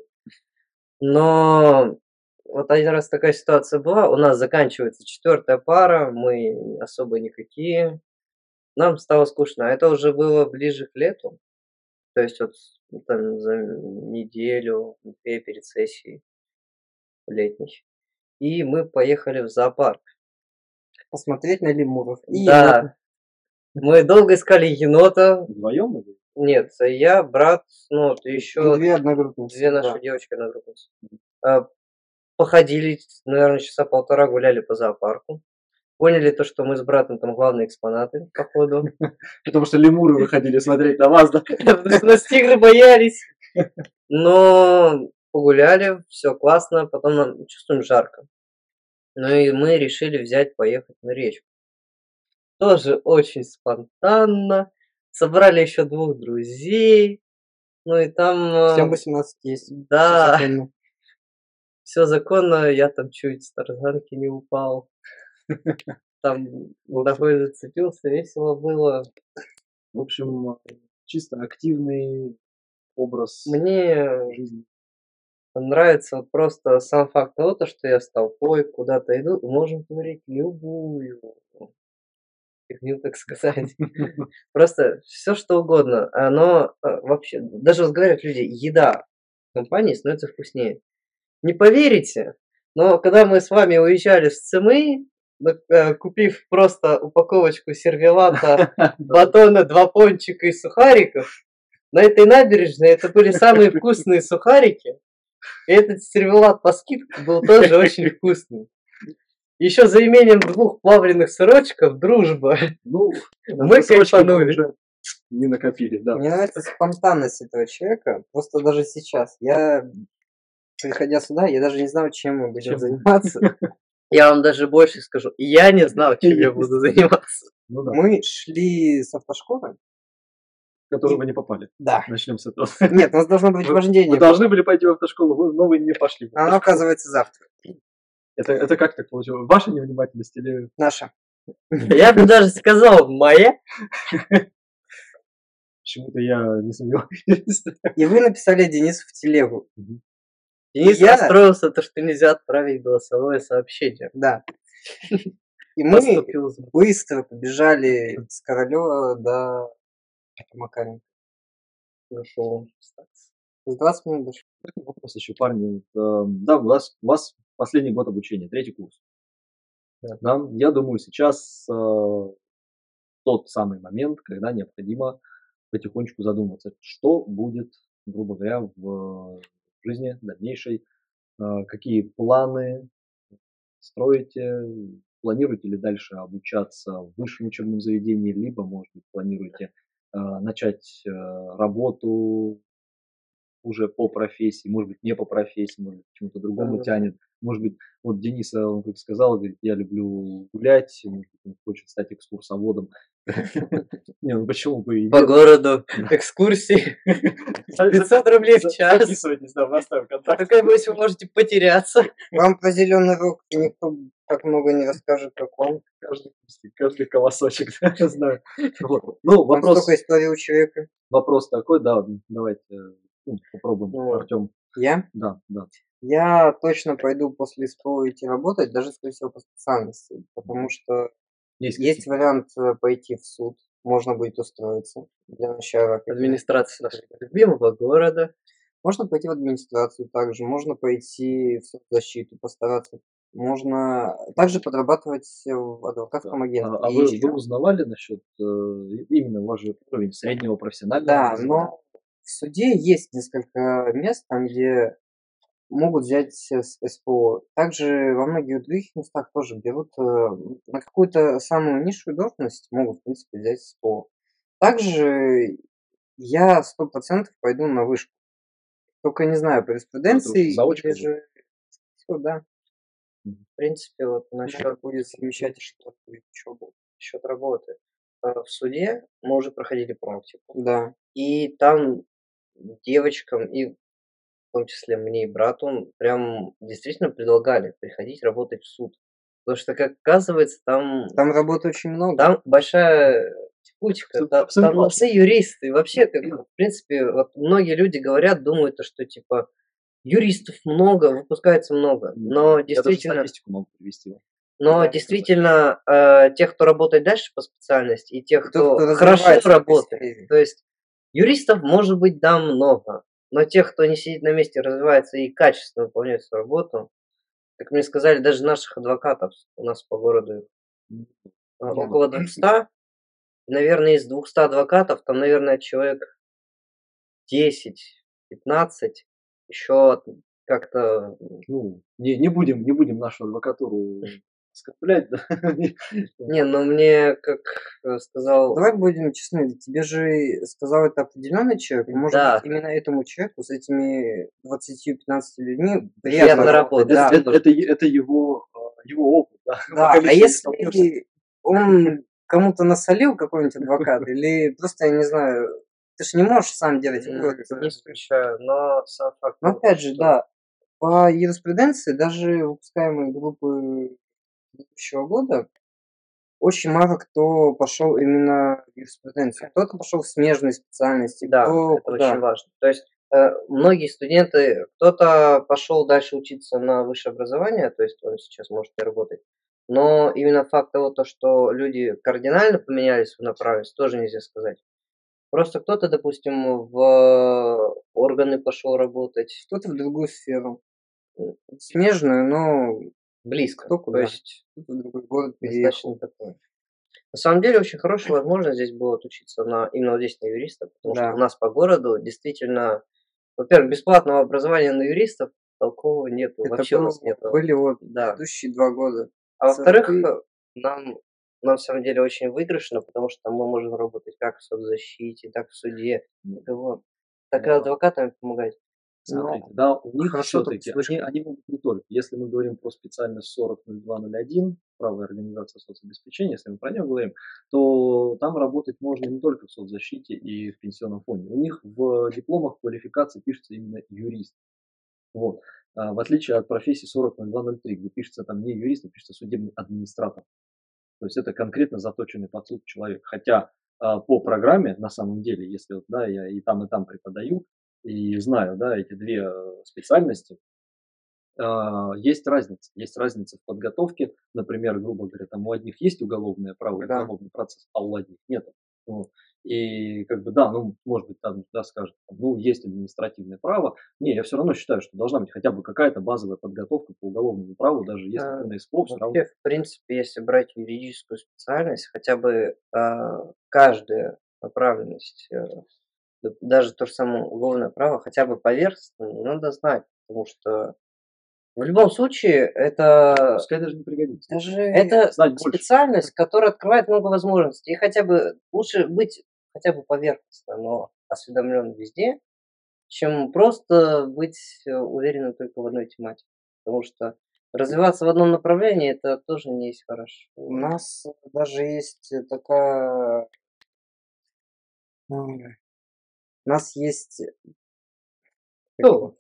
Speaker 2: Но вот один раз такая ситуация была. У нас заканчивается четвертая пара, мы особо никакие. Нам стало скучно. А это уже было ближе к лету. То есть вот ну, там за неделю, две перед сессией летней. И мы поехали в зоопарк.
Speaker 3: Посмотреть на лемуров. И
Speaker 2: Да, мы долго искали енота.
Speaker 1: Вдвоем или?
Speaker 2: Нет, я, брат, ну вот
Speaker 3: ну,
Speaker 2: еще
Speaker 3: две одногруппницы.
Speaker 2: две
Speaker 3: да.
Speaker 2: наши девочки одногруппницы. А, Походили, наверное, часа полтора гуляли по зоопарку. Поняли то, что мы с братом там главные экспонаты, походу.
Speaker 1: Потому что лемуры выходили смотреть на вас, да?
Speaker 2: Потому что нас тигры боялись. Но погуляли, все классно, потом нам чувствуем жарко. Ну и мы решили взять, поехать на речку. Тоже очень спонтанно. Собрали еще двух друзей. Ну и там...
Speaker 3: Всем
Speaker 2: э,
Speaker 3: восемнадцать есть. Всё
Speaker 2: Да,
Speaker 3: законно.
Speaker 2: все законно. Я там чуть с тарзанки не упал. Там ногой зацепился, весело было.
Speaker 1: В общем, чисто активный образ
Speaker 2: Мне
Speaker 1: жизни.
Speaker 2: нравится вот просто сам факт того, то, что я с толпой куда-то иду, и можем творить любую фигню, так сказать. Просто все что угодно. Оно э, вообще, даже вот говорят люди, еда в компании становится вкуснее. Не поверите, но когда мы с вами уезжали с Цимы, на- э, купив просто упаковочку сервелата, батона, два пончика и сухариков, на этой набережной это были самые вкусные сухарики. И этот сервелат по скидке был тоже очень вкусный. Еще за имением двух плавленых сырочков дружба.
Speaker 1: Ну,
Speaker 2: Мы
Speaker 1: срочки мы
Speaker 2: кайфанули.
Speaker 1: уже не накопили, да.
Speaker 3: Мне нравится спонтанность этого человека. Просто даже сейчас. Я, приходя сюда, я даже не знал, чем мы будем
Speaker 1: Чем?
Speaker 3: заниматься.
Speaker 2: Я вам даже больше скажу. Я не знал, чем я буду заниматься.
Speaker 1: Ну да,
Speaker 3: Мы шли с автошколы.
Speaker 1: в которую вы не попали.
Speaker 3: Да.
Speaker 1: Начнем с этого.
Speaker 3: Нет, у нас должно быть
Speaker 1: Вы-
Speaker 3: вождение.
Speaker 1: Вы должны были пойти в автошколу, вы- но вы не пошли. в
Speaker 3: А оно,
Speaker 1: автошколу.
Speaker 3: оказывается, завтра.
Speaker 1: Это, это как так получилось? Ваша невнимательность или...
Speaker 3: Наша.
Speaker 2: Я бы даже сказал, моя.
Speaker 1: Почему-то я не сомневаюсь.
Speaker 3: И вы написали Денису в телегу.
Speaker 1: Мгм.
Speaker 2: Денис
Speaker 3: Я-
Speaker 2: расстроился, то, что нельзя отправить голосовое сообщение.
Speaker 3: Да. И мы
Speaker 2: Поступил за-
Speaker 3: быстро побежали с Королева до Макаренко.
Speaker 2: Зашел.
Speaker 3: За двадцать минут дошли.
Speaker 1: Такой вопрос еще, парни. Вот, э, Да, у вас, у вас последний год обучения, третий курс.
Speaker 2: Да.
Speaker 1: Да, я думаю, сейчас э, тот самый момент, когда необходимо потихонечку задуматься, что будет, грубо говоря, в жизни дальнейшей, э, какие планы строите, планируете ли дальше обучаться в высшем учебном заведении, либо, может быть, планируете э, начать э, работу уже по профессии, может быть, не по профессии, может быть, к чему-то другому
Speaker 2: Ага.
Speaker 1: тянет. Может быть, вот Дениса, он как сказал, говорит, я люблю гулять, может быть, он хочет стать экскурсоводом. Не, ну почему бы и
Speaker 2: По
Speaker 1: нет?
Speaker 2: городу экскурсии. пятьсот рублей в час.
Speaker 1: Записывайтесь, да, мы оставим контакт.
Speaker 2: Такая мысль, вы можете потеряться.
Speaker 3: Вам про зеленый рог никто так много не расскажет, как он.
Speaker 1: Каждый кустик, каждый колосочек, да, я знаю. Вот. Ну,
Speaker 3: Там
Speaker 1: вопрос,
Speaker 3: столько историй у человека.
Speaker 1: вопрос такой, да, давайте ну, попробуем,
Speaker 2: Ну,
Speaker 1: Артем.
Speaker 3: Я?
Speaker 1: Да, да.
Speaker 3: Я точно пойду после СПО идти работать, даже, скорее всего, по специальности. Потому что
Speaker 1: Есть,
Speaker 3: есть
Speaker 1: какие-то?
Speaker 3: вариант э, пойти в суд. Можно будет устроиться для начала.
Speaker 2: Администрация нашего любимого города.
Speaker 3: Можно пойти в администрацию также, можно пойти в соцзащиту, постараться. Можно также подрабатывать в адвокатском агентстве.
Speaker 1: А, а
Speaker 3: И
Speaker 1: вы,
Speaker 3: ещё-
Speaker 1: вы узнавали насчет э, именно ваш же уровень среднего профессионального
Speaker 3: Да,
Speaker 1: образования?
Speaker 3: но в суде есть несколько мест, там, где могут взять с СПО. Также во многих других местах тоже берут э, на какую-то самую низшую должность, могут, в принципе, взять СПО. Также я сто процентов пойду на вышку. Только не знаю, по юриспруденции
Speaker 1: заочка
Speaker 3: или
Speaker 1: будет?
Speaker 3: же... Всё, да.
Speaker 1: Мгм.
Speaker 2: В принципе, вот
Speaker 3: Надо
Speaker 2: насчет
Speaker 3: будет совмещать что-то учебу.
Speaker 2: насчет работы. Э, В суде мы уже проходили практику.
Speaker 3: Да.
Speaker 2: И там девочкам, и в том числе мне и брату, прям действительно предлагали приходить работать в суд. Потому что, как оказывается, там,
Speaker 3: Там работы очень много.
Speaker 2: там большая текучка,
Speaker 1: Суд
Speaker 2: та-
Speaker 1: абсолютно
Speaker 2: там, ну, все юристы. И вообще, как бы, в принципе, вот многие люди говорят, думают, то, что типа юристов много, выпускается много. Но
Speaker 1: Я даже
Speaker 2: действительно,
Speaker 1: статистику могу привести вам.
Speaker 2: но
Speaker 3: Да.
Speaker 2: действительно, э, тех, кто работает дальше по специальности, и тех,
Speaker 3: И тот,
Speaker 2: кто
Speaker 3: кто
Speaker 2: хорошо
Speaker 3: развивается
Speaker 2: работает.
Speaker 3: быстрее.
Speaker 2: То есть юристов может быть, да, много, но тех, кто не сидит на месте, развивается и качественно выполняет свою работу, как мне сказали, даже наших адвокатов у нас по городу
Speaker 1: М,
Speaker 2: э,
Speaker 1: много.
Speaker 2: около двухсот, наверное, из двухсот адвокатов, там, наверное, человек десять-пятнадцать еще как-то
Speaker 1: Ну, не, не будем, не будем нашу адвокатуру оскорблять, да.
Speaker 2: Не, ну мне, как э, сказал,
Speaker 3: Давай будем честны, тебе же сказал это определенный человек, и, может
Speaker 2: Да.
Speaker 3: быть, именно этому человеку с этими двадцатью-пятнадцатью людьми
Speaker 2: Приятно
Speaker 3: приятно
Speaker 2: работать.
Speaker 3: Да,
Speaker 1: Это, это, это его, э, его опыт, да.
Speaker 3: да.
Speaker 1: Пока
Speaker 3: А
Speaker 1: лично не столкнешься.
Speaker 3: если он кому-то насолил, какой-нибудь адвокат, или просто, я не знаю, ты же не можешь сам делать
Speaker 2: м,
Speaker 3: выводы.
Speaker 2: не исключаю, но сам факт
Speaker 3: Но
Speaker 2: того,
Speaker 3: опять же,
Speaker 2: что-
Speaker 3: да, по юриспруденции даже выпускаемые группы следующего года очень мало кто пошел именно в юриспруденцию. Кто-то пошел в смежные специальности,
Speaker 2: Да,
Speaker 3: кто
Speaker 2: это
Speaker 3: куда.
Speaker 2: очень важно. То есть Э, многие студенты, кто-то пошел дальше учиться на высшее образование, то есть он сейчас может не работать. Но именно факт того, то, что люди кардинально поменяли свою направленность, тоже нельзя сказать. Просто кто-то, допустим, в органы пошел работать,
Speaker 3: Кто-то в другую сферу.
Speaker 2: м,
Speaker 3: Смежную, но
Speaker 2: близко.
Speaker 3: кто
Speaker 2: То
Speaker 3: куда.
Speaker 2: есть
Speaker 3: Кто-то в другой город
Speaker 2: достаточно
Speaker 3: переехал.
Speaker 2: такое. На самом деле очень хорошая возможность здесь было отучиться на именно вот здесь на юриста, потому что у
Speaker 3: Да.
Speaker 2: нас по городу действительно, во-первых, бесплатного образования на юристов толкового нету,
Speaker 3: Это
Speaker 2: вообще у
Speaker 3: был,
Speaker 2: нас нету.
Speaker 3: были вот
Speaker 2: Да.
Speaker 3: предыдущие два года.
Speaker 2: А во-вторых,
Speaker 3: Сороки.
Speaker 2: э, нам на самом деле очень выигрышно, потому что мы можем работать как в соцзащите, так в суде,
Speaker 1: Ну,
Speaker 2: так вот, так и
Speaker 1: да.
Speaker 2: адвокатами помогать.
Speaker 1: Смотрите,
Speaker 3: Ну,
Speaker 1: да, у них
Speaker 3: хорошо только
Speaker 1: все-таки, они,
Speaker 3: слышно.
Speaker 1: они могут не только, если мы говорим про специальность сорок ноль два ноль один, правая организация соцобеспечения, если мы про нее говорим, то там работать можно не только в соцзащите и в пенсионном фонде. У них в дипломах квалификации пишется именно юрист. Вот. А в отличие от профессии сорок ноль два ноль три, где пишется там не юрист, а пишется судебный администратор. То есть это конкретно заточенный под суд человек. Хотя а, по программе, на самом деле, если вот, да, я и там, и там преподаю, и знаю, да, эти две э, специальности, а, есть разница. Есть разница в подготовке. Например, грубо говоря, там у одних есть уголовное право,
Speaker 3: Да.
Speaker 1: уголовный процесс, а у одних нет. Вот. И как бы да, ну, может быть, там, да, скажут, там, ну, есть административное право. Не, я все равно считаю, что должна быть хотя бы какая-то базовая подготовка по уголовному праву, даже если
Speaker 2: А,
Speaker 1: ты на СПО, все равно.
Speaker 2: вообще, в принципе, если брать юридическую специальность, хотя бы а, каждая направленность, э, д- даже то же самое уголовное право, хотя бы поверхностно, надо знать, потому что в любом случае это
Speaker 1: Пускай даже не пригодится.
Speaker 3: Даже
Speaker 2: Это
Speaker 1: Знать больше.
Speaker 2: специальность, которая открывает много возможностей. И хотя бы лучше быть хотя бы поверхностно, но осведомлен везде, чем просто быть э, уверенным только в одной тематике. Потому что развиваться в одном направлении это тоже не есть хорошо.
Speaker 3: у нас даже есть такая... ой, У нас есть...
Speaker 2: Что?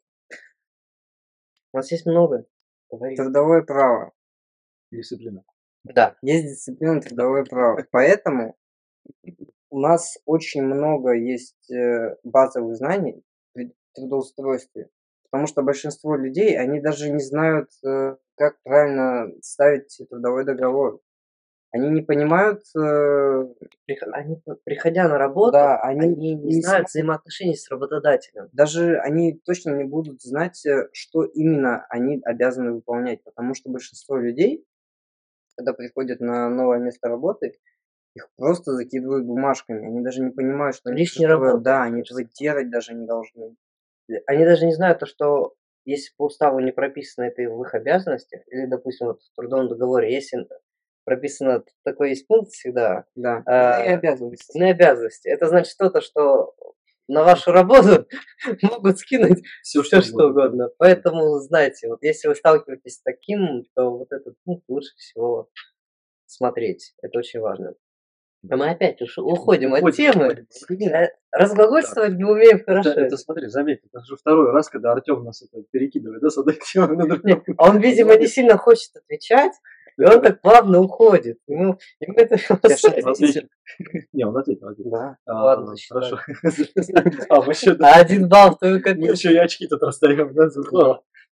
Speaker 2: У нас есть много. Говори.
Speaker 3: трудовое право.
Speaker 1: Дисциплина.
Speaker 2: Да.
Speaker 3: Есть дисциплина трудовое право. Поэтому у нас очень много есть э, базовых знаний при трудоустройстве. Потому что большинство людей, они даже не знают, э, как правильно ставить трудовой договор. Они не понимают, э,
Speaker 2: Прих- Они, п- приходя на работу,
Speaker 3: да, они
Speaker 2: они не
Speaker 3: не
Speaker 2: знают
Speaker 3: смогут,
Speaker 2: взаимоотношений с работодателем.
Speaker 3: даже они точно не будут знать, э, что именно они обязаны выполнять. Потому что большинство людей, когда приходят на новое место работы, их просто закидывают бумажками. Они даже не понимают, что они
Speaker 2: Лишней
Speaker 3: этого,
Speaker 2: работы,
Speaker 3: да,
Speaker 2: мне
Speaker 3: они
Speaker 2: кажется.
Speaker 3: этого делать даже не должны.
Speaker 2: Они даже не знают то, что если по уставу не прописано это в их обязанностях, или, допустим, вот в трудовом договоре, если прописано такой есть пункт всегда,
Speaker 3: Да,
Speaker 2: а,
Speaker 3: это и обязанности.
Speaker 2: на обязанности, это значит что-то, что на вашу работу могут скинуть
Speaker 1: Все,
Speaker 2: все
Speaker 1: что
Speaker 2: что
Speaker 1: угодно.
Speaker 2: угодно. Поэтому, знаете, вот если вы сталкиваетесь с таким, то вот этот пункт лучше всего смотреть. Это очень важно. А мы опять уж уходим от
Speaker 1: Уходим,
Speaker 2: темы.
Speaker 1: уходим.
Speaker 2: Э, Разглагольствовать мы умеем
Speaker 1: Это,
Speaker 2: хорошо.
Speaker 1: это смотри, заметь, это уже второй раз, когда Артем нас это перекидывает, да, с одной темы на
Speaker 2: Не,
Speaker 1: другую.
Speaker 2: а он, видимо, не сильно хочет отвечать, и он так плавно уходит. Ему, ему это
Speaker 3: Я что,
Speaker 1: Он ответил. Не, он ответил, ответил.
Speaker 3: Да.
Speaker 1: А,
Speaker 2: Ладно, засчитаю.
Speaker 1: Хорошо. А, мы еще,
Speaker 2: А один балл в твою
Speaker 1: мы
Speaker 2: копилку.
Speaker 1: еще и очки тут расстаем, да, за здорово.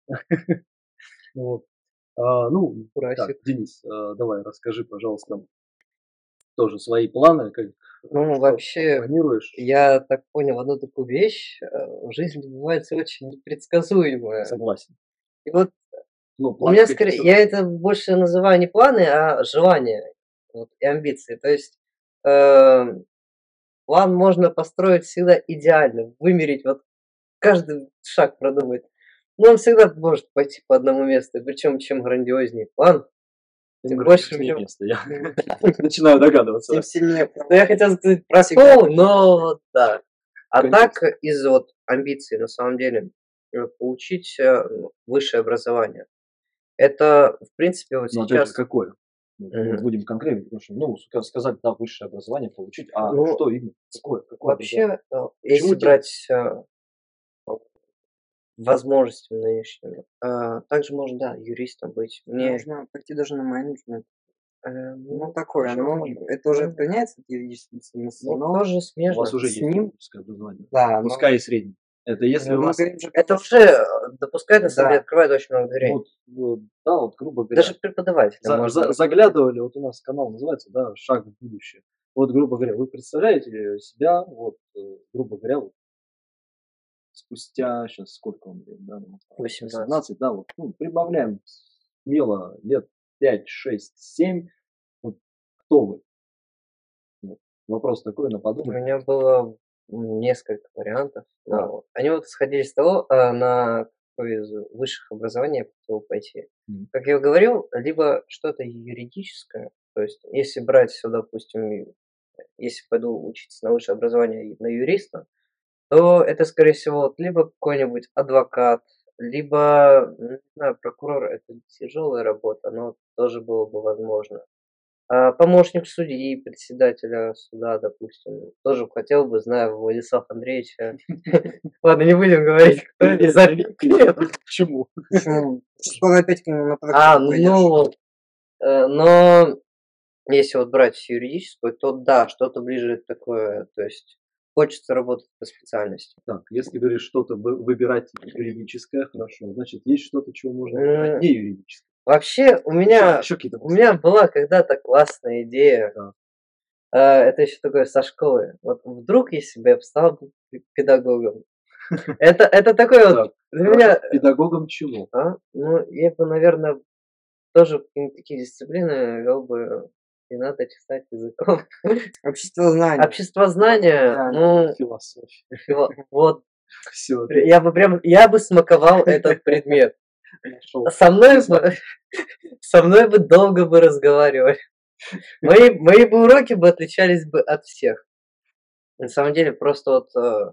Speaker 1: Вот. А, ну, так,
Speaker 2: Урасик.
Speaker 1: Денис, а, давай, расскажи, пожалуйста, тоже свои планы, как
Speaker 2: Ну,
Speaker 1: что
Speaker 2: вообще,
Speaker 1: планируешь.
Speaker 2: я так понял одну такую вещь. э, Жизнь бывает очень непредсказуемая.
Speaker 1: Согласен.
Speaker 2: И вот
Speaker 1: Ну,
Speaker 2: у
Speaker 1: планы
Speaker 2: меня
Speaker 1: какие
Speaker 2: скорее,
Speaker 1: всё-
Speaker 2: я это больше называю не планы, а желания вот, и амбиции. То есть эм, план можно построить всегда идеально, вымерить, вот каждый шаг продумать. Но он всегда может пойти по одному месту. Причем чем грандиознее план,
Speaker 1: тем
Speaker 2: тем
Speaker 1: больше
Speaker 2: больше в нем.
Speaker 1: места. Я начинаю догадываться.
Speaker 3: Тем сильнее
Speaker 2: Ну, я хотел сказать
Speaker 3: Всегда.
Speaker 2: прокол, но вот да. А
Speaker 1: Конечно.
Speaker 2: так, из вот амбиций, на самом деле, э, получить э, высшее образование. Это, в принципе, вот
Speaker 1: Но опять же,
Speaker 2: сейчас.
Speaker 1: какое? Ну,
Speaker 2: Мгм.
Speaker 1: будем конкретно, потому что, ну, ска- сказать, да, высшее образование получить, а
Speaker 2: Ну,
Speaker 1: что именно? Какое? Какое образование?
Speaker 2: вообще, э, если
Speaker 1: тянуть?
Speaker 2: брать э, возможности нынешними, э, также можно, да, юристом быть. Мне,
Speaker 3: можно пойти даже на менеджмент.
Speaker 2: э,
Speaker 3: Ну,
Speaker 2: ну,
Speaker 3: такое,
Speaker 2: хорошо,
Speaker 3: оно, это уже
Speaker 2: ну,
Speaker 3: отклоняется от юридической специальности,
Speaker 2: ну,
Speaker 3: но
Speaker 2: тоже
Speaker 1: У вас
Speaker 2: смежно.
Speaker 1: уже
Speaker 3: с
Speaker 1: есть
Speaker 3: ним,
Speaker 1: юридическое образование.
Speaker 3: да, но
Speaker 1: Пускай и среднее. Это если
Speaker 3: Ну,
Speaker 1: у
Speaker 3: мы
Speaker 1: вас
Speaker 3: говорим же
Speaker 2: Это
Speaker 3: про то,
Speaker 2: уже э, допускает, на самом деле,
Speaker 3: да,
Speaker 2: открывает очень много дверей.
Speaker 1: вот, вот, да, вот, грубо
Speaker 2: Даже
Speaker 1: говоря,
Speaker 2: к преподавателям
Speaker 1: за-
Speaker 2: можно
Speaker 1: за-
Speaker 2: обратиться.
Speaker 1: заглядывали, вот у нас канал называется, да, «Шаг в будущее». Вот, грубо говоря, вы представляете себя, вот, э, грубо говоря, вот спустя, сейчас сколько вам лет, да, ну, там,
Speaker 2: восемнадцать.
Speaker 1: восемнадцать, да, вот, ну, прибавляем смело лет пять, шесть, семь, вот, кто вы? Вот. Вопрос такой, на
Speaker 2: У
Speaker 1: подумать.
Speaker 2: меня было м, несколько вариантов.
Speaker 1: Да.
Speaker 2: Но они вот исходили из того, а, на какое из высших образований я хотел пойти.
Speaker 1: Мгм.
Speaker 2: Как я говорил, либо что-то юридическое, то есть если брать все, допустим, и- если пойду учиться на высшее образование и на юриста, то это, скорее всего, вот либо какой-нибудь адвокат, либо, м, не знаю, прокурор. Это тяжелая работа, но тоже было бы возможно. А, помощник судьи, председателя суда, допустим, тоже хотел бы, зная Владислава Андреевича. Ладно, не будем говорить, кто это за клиент.
Speaker 1: Почему?
Speaker 3: почему скоро опять к нему на
Speaker 2: А,
Speaker 3: практику
Speaker 2: ну
Speaker 3: пойдешь.
Speaker 2: вот. Э, Но если вот брать юридическую, то да, что-то ближе такое. То есть хочется работать по специальности.
Speaker 1: Так, если говоришь что-то вы- выбирать юридическое, хорошо, значит, есть что-то, чего можно
Speaker 2: М,
Speaker 1: выбирать не юридическое.
Speaker 2: Вообще, у
Speaker 1: Еще,
Speaker 2: меня
Speaker 1: еще какие-то
Speaker 2: у
Speaker 1: мысли.
Speaker 2: меня была когда-то классная идея.
Speaker 1: Да.
Speaker 2: А, Это еще такое со школы. Вот вдруг, если бы я бы стал бы пе- педагогом. Это, это такой вот
Speaker 1: Так,
Speaker 2: для
Speaker 1: хорошо.
Speaker 2: меня.
Speaker 1: Педагогом чего?
Speaker 2: А? Ну, я бы, наверное, тоже какие-нибудь такие дисциплины вел бы. Не надо читать языком.
Speaker 3: Общество знания.
Speaker 2: Обществознание,
Speaker 3: Да.
Speaker 2: ну,
Speaker 1: Философия.
Speaker 2: фило- вот,
Speaker 1: Все,
Speaker 2: я бы прям, я бы смаковал этот предмет.
Speaker 1: нашел.
Speaker 2: Со мной бы, со мной бы долго бы разговаривали. Мои, мои бы уроки бы отличались бы от всех. На самом деле, просто вот э,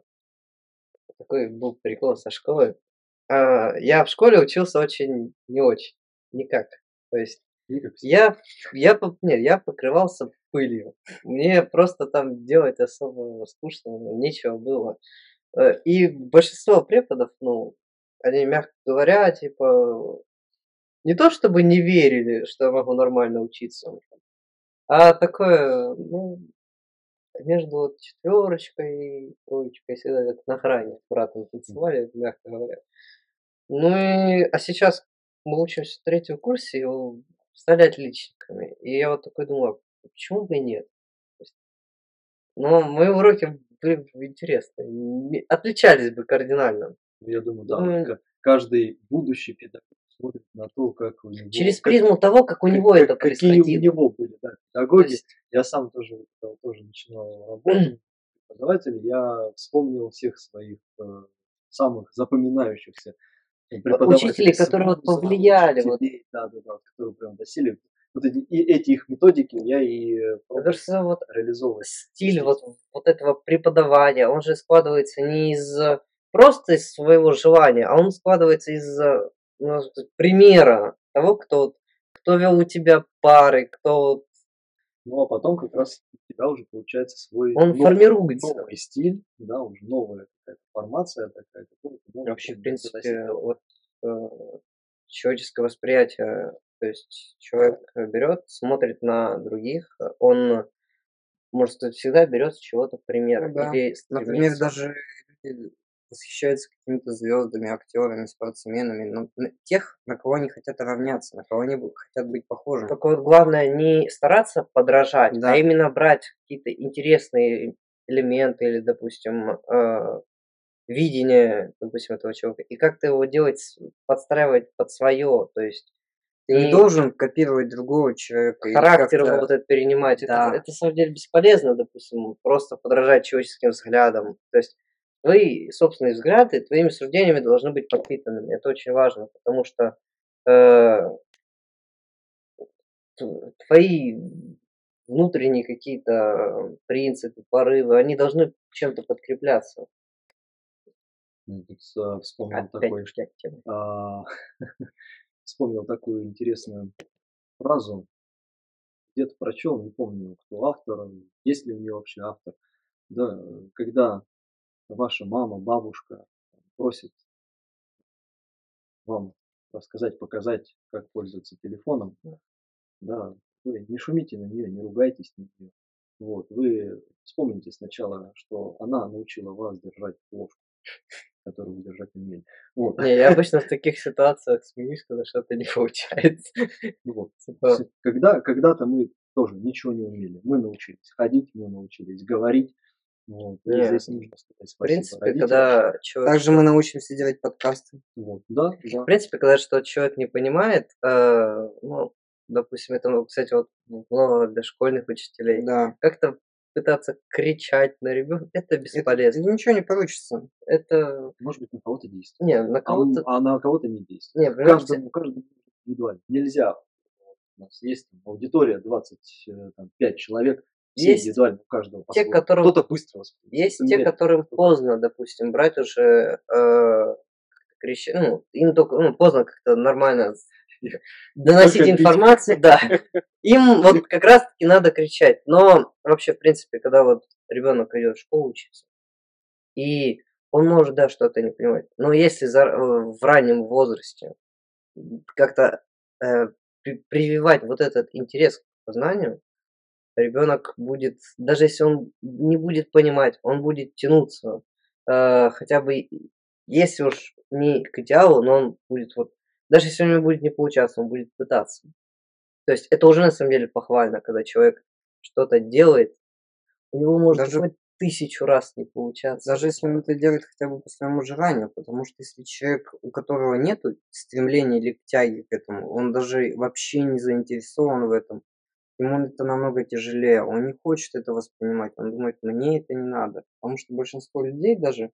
Speaker 2: такой был прикол со школы. А, я в школе учился очень не очень, никак. То есть
Speaker 1: Никак.
Speaker 2: я я по нет, я покрывался пылью. Мне просто там делать особо скучно, ну, нечего было. Э, и большинство преподов, ну, они, мягко говоря, типа, не то чтобы не верили, что я могу нормально учиться, а такое, ну, между вот четверочкой и троечкой всегда так на грани с братом танцевали, мягко говоря. Ну и, а сейчас мы учимся в третьем курсе, и о стали отличниками. И я вот такой думаю: "А почему бы и нет?" То есть, но мои уроки были бы интересны, не отличались бы кардинально.
Speaker 1: Я думаю, да, вот
Speaker 2: Думаю,
Speaker 1: ка- каждый будущий педагог смотрит на то, как у него,
Speaker 2: через
Speaker 1: как,
Speaker 2: призму того, как у
Speaker 1: как-
Speaker 2: него
Speaker 1: как-
Speaker 2: это
Speaker 1: какие у
Speaker 2: происходило.
Speaker 1: него были, да,
Speaker 2: То
Speaker 1: педагоги.
Speaker 2: есть,
Speaker 1: Я сам тоже, когда тоже начинал работу преподавателем, я вспомнил всех своих э, самых запоминающихся э, преподавателей
Speaker 2: учителей,
Speaker 1: с
Speaker 2: которые вот
Speaker 1: вуза,
Speaker 2: повлияли, вот.
Speaker 1: учителей, да, да, да, которые прям досили. Вот эти, и эти их методики я и э,
Speaker 2: Это
Speaker 1: пробую
Speaker 2: же вот
Speaker 1: реализовывать.
Speaker 2: стиль вот вот этого преподавания, он же складывается не из э, просто из своего желания, а он складывается из, э, ну, с примера того, кто вот кто вел у тебя пары, кто вот
Speaker 1: Ну, а потом как раз у тебя уже получается свой
Speaker 2: он
Speaker 1: но-
Speaker 2: формируется.
Speaker 1: новый стиль, да, уже новая какая-то формация такая, которую ты можешь
Speaker 2: Вообще, в
Speaker 1: уже доносить
Speaker 2: принципе,
Speaker 1: до
Speaker 2: вот, э, человеческое восприятие, то есть человек берет, смотрит на других, э, он, можно сказать, всегда берет с чего-то пример
Speaker 3: Ну да.
Speaker 2: или
Speaker 3: Например,
Speaker 2: стремится.
Speaker 3: даже люди восхищаются какими-то звездами, актерами, спортсменами, но на тех, на кого они хотят равняться, на кого они бу- хотят быть похожи.
Speaker 2: Только вот главное не стараться подражать, а
Speaker 3: Да.
Speaker 2: именно брать какие-то интересные элементы или, допустим, э, видение, допустим, этого человека, и как-то его делать, с- подстраивать под свое, то есть
Speaker 3: Ты не
Speaker 2: не
Speaker 3: должен копировать другого человека или
Speaker 2: характер его
Speaker 3: как-то...
Speaker 2: вот этот перенимать. Это,
Speaker 3: Да.
Speaker 2: это на самом деле бесполезно, допустим, просто подражать человеческим взглядам. То есть твои собственные взгляды, твоими суждениями должны быть подпитанными. Это очень важно, потому что э, т- твои внутренние какие-то принципы, порывы, они должны чем-то подкрепляться.
Speaker 1: М, тут, а, вспомнил
Speaker 2: Опять
Speaker 1: такой,
Speaker 2: ушли от темы.
Speaker 1: а, вспомнил такую интересную фразу, где-то прочел, не помню, кто автор, есть ли у нее вообще автор. Да, э, когда ваша мама, бабушка просит вам рассказать, показать, как пользоваться телефоном, да, вы не шумите на нее, не ругайтесь на нее. Вот, вы вспомните сначала, что она научила вас держать ложку.
Speaker 4: которые удержать не умели. Вот.
Speaker 2: Не, я обычно в таких ситуациях смеюсь, когда что-то не получается.
Speaker 4: Вот.
Speaker 2: Типа,
Speaker 4: С- Когда, когда-то мы тоже ничего не умели. Мы научились ходить, мы научились говорить. Вот. И
Speaker 2: Не,
Speaker 4: здесь нужно сказать
Speaker 2: в
Speaker 4: спасибо
Speaker 2: принципе,
Speaker 4: родителям.
Speaker 2: когда человек,
Speaker 3: Также мы научимся делать подкасты.
Speaker 4: Вот. Да,
Speaker 2: в
Speaker 4: да.
Speaker 2: принципе, когда что-то человек не понимает, э, ну, допустим, это, ну, кстати, вот много для школьных учителей,
Speaker 3: Да.
Speaker 2: как-то пытаться кричать на ребенка, это
Speaker 3: Это,
Speaker 2: бесполезно.
Speaker 3: ничего не получится.
Speaker 2: Это,
Speaker 4: Может быть, на кого-то действует.
Speaker 2: не, на
Speaker 4: А,
Speaker 2: кого-то,
Speaker 4: м- а на кого-то не действует.
Speaker 2: не, понимаете,
Speaker 4: Каждому, каждому индивидуально. Нельзя. Вот у нас есть там аудитория двадцать пять человек. Все
Speaker 2: есть
Speaker 4: индивидуально, у каждого
Speaker 2: те,
Speaker 4: по-своему.
Speaker 2: которым,
Speaker 4: Кто-то быстро воспринимает.
Speaker 2: есть
Speaker 4: кто-то
Speaker 2: те,
Speaker 4: медленно.
Speaker 2: которым поздно, допустим, брать уже, э, кричать, ну, им только, ну, поздно как-то нормально доносить
Speaker 4: Только бить.
Speaker 2: информацию, да. Им вот как раз-таки надо кричать. Но вообще, в принципе, когда вот ребенок идет в школу учиться, и он может, да, что-то не понимать. Но если за- э, в раннем возрасте как-то э, при- прививать вот этот интерес к познанию, ребенок будет, даже если он не будет понимать, он будет тянуться, э, хотя бы, и- если уж не к идеалу, но он будет вот, даже если у него будет не получаться, он будет пытаться. То есть это уже на самом деле похвально, когда человек что-то делает, у него может
Speaker 3: Даже,
Speaker 2: хоть тысячу раз не получаться.
Speaker 3: даже если он это делает хотя бы по своему желанию, потому что если человек, у которого нет стремления или тяги к этому, он даже вообще не заинтересован в этом, ему это намного тяжелее, он не хочет это воспринимать, он думает, мне это не надо. Потому что большинство людей даже,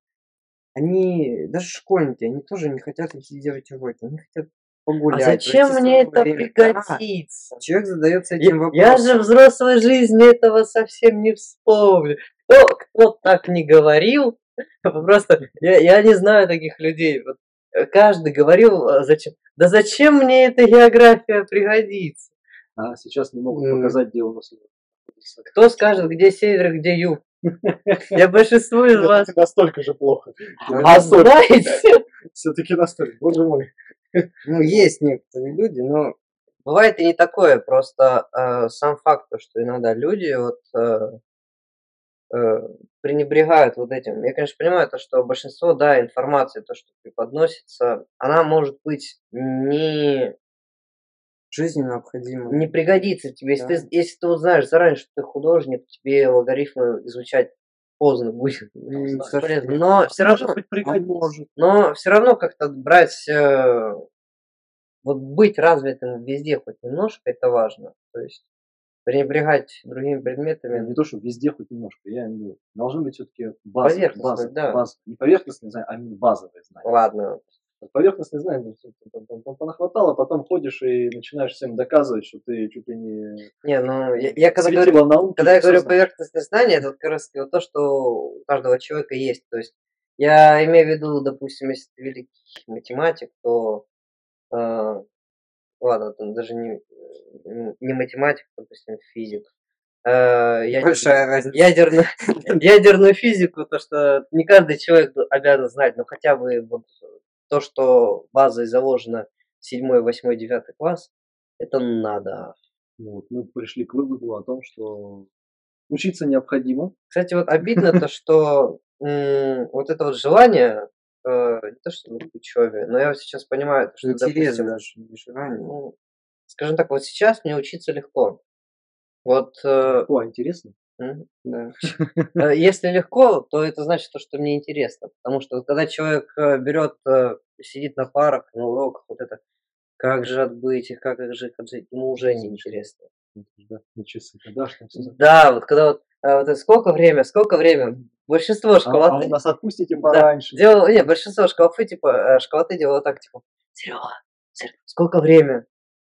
Speaker 3: они, даже школьники, они тоже не хотят идти делать уроки, они хотят
Speaker 2: А
Speaker 3: погулять,
Speaker 2: зачем
Speaker 3: провести
Speaker 2: мне
Speaker 3: свое
Speaker 2: это
Speaker 3: время. Да,
Speaker 2: пригодится?
Speaker 3: человек задается
Speaker 2: Я,
Speaker 3: этим
Speaker 2: я же в
Speaker 3: вопросом.
Speaker 2: взрослой жизни этого совсем не вспомню. Кто, кто так не говорил? Просто я, я не знаю таких людей. Вот, э, каждый говорил, э, зачем. Да зачем мне эта география пригодится?
Speaker 4: А сейчас не могут
Speaker 3: М.
Speaker 4: показать, где у нас находится.
Speaker 2: Кто скажет, где север, где юг? Я большинству из вас.
Speaker 4: Это настолько же плохо.
Speaker 2: А знаете,
Speaker 4: Все-таки настолько. Боже мой.
Speaker 3: Ну, есть некоторые люди, но
Speaker 2: бывает и не такое. Просто э, сам факт, то, что иногда люди вот э, э, пренебрегают вот этим. Я, конечно, понимаю то, что большинство, да, информации, то, что преподносится, она может быть не,
Speaker 3: жизненно необходимо.
Speaker 2: не пригодится тебе. Если,
Speaker 3: Да.
Speaker 2: ты, если ты вот знаешь заранее, что ты художник, тебе алгоритмы изучать поздно будет.
Speaker 3: М,
Speaker 2: Бесполезно. Но все равно,
Speaker 4: Может быть,
Speaker 3: А
Speaker 4: пригодится.
Speaker 3: может.
Speaker 2: но все равно как-то брать, э, вот быть развитым везде хоть немножко, это важно. То есть пренебрегать другими предметами.
Speaker 4: Не то, что везде хоть немножко. Я имею в виду, должны быть все-таки базовые,
Speaker 2: Поверхностные,
Speaker 4: базовые,
Speaker 2: да.
Speaker 4: базовые. Не поверхностные знания, а именно базовые знания.
Speaker 2: Ладно.
Speaker 4: Поверхностные знания, ну, ты там- там- там понахватало, потом ходишь и начинаешь всем доказывать, что ты чуть ли не
Speaker 2: Не, ну я, я когда
Speaker 4: светило
Speaker 2: говорю,
Speaker 4: науки,
Speaker 2: когда я
Speaker 4: всё
Speaker 2: говорю
Speaker 4: знаешь.
Speaker 2: поверхностное знание, это вот как раз таки вот то, что у каждого человека есть. То есть я имею в виду, допустим, если ты великий математик, то э, ладно, там даже не, м, не математик, допустим, физик. Э, ядерную,
Speaker 3: Большая разница.
Speaker 2: ядерную, ядерную физику, то, что не каждый человек обязан знать, но хотя бы вот то, что базой заложено седьмой, восьмой, девятый класс, это надо.
Speaker 4: Ну, вот мы пришли к выводу о том, что учиться необходимо.
Speaker 2: Кстати, вот обидно то, что м, вот это вот желание, э, не то что к учебе, но я вот сейчас понимаю, что,
Speaker 3: Интерес
Speaker 2: допустим,
Speaker 3: даже, не желание.
Speaker 2: ну, скажем так, вот сейчас мне учиться легко. Вот э,
Speaker 4: О, интересно.
Speaker 2: м,
Speaker 3: Да.
Speaker 2: э, если легко, то это значит то, что мне интересно. Потому что вот когда человек э, берет, э, сидит на парах, на уроках, вот это, как же отбыть их, как их же отжить, ему уже не интересно.
Speaker 4: Да, на часы, да, что всё за-
Speaker 2: Да, вот когда вот, э, вот это сколько время, сколько время, большинство
Speaker 4: А, а
Speaker 2: школоты,
Speaker 4: вы нас отпустите
Speaker 2: да,
Speaker 4: пораньше.
Speaker 2: делал, не, большинство школоты, типа, э, школоты делало так, типа, Серега, сколько время?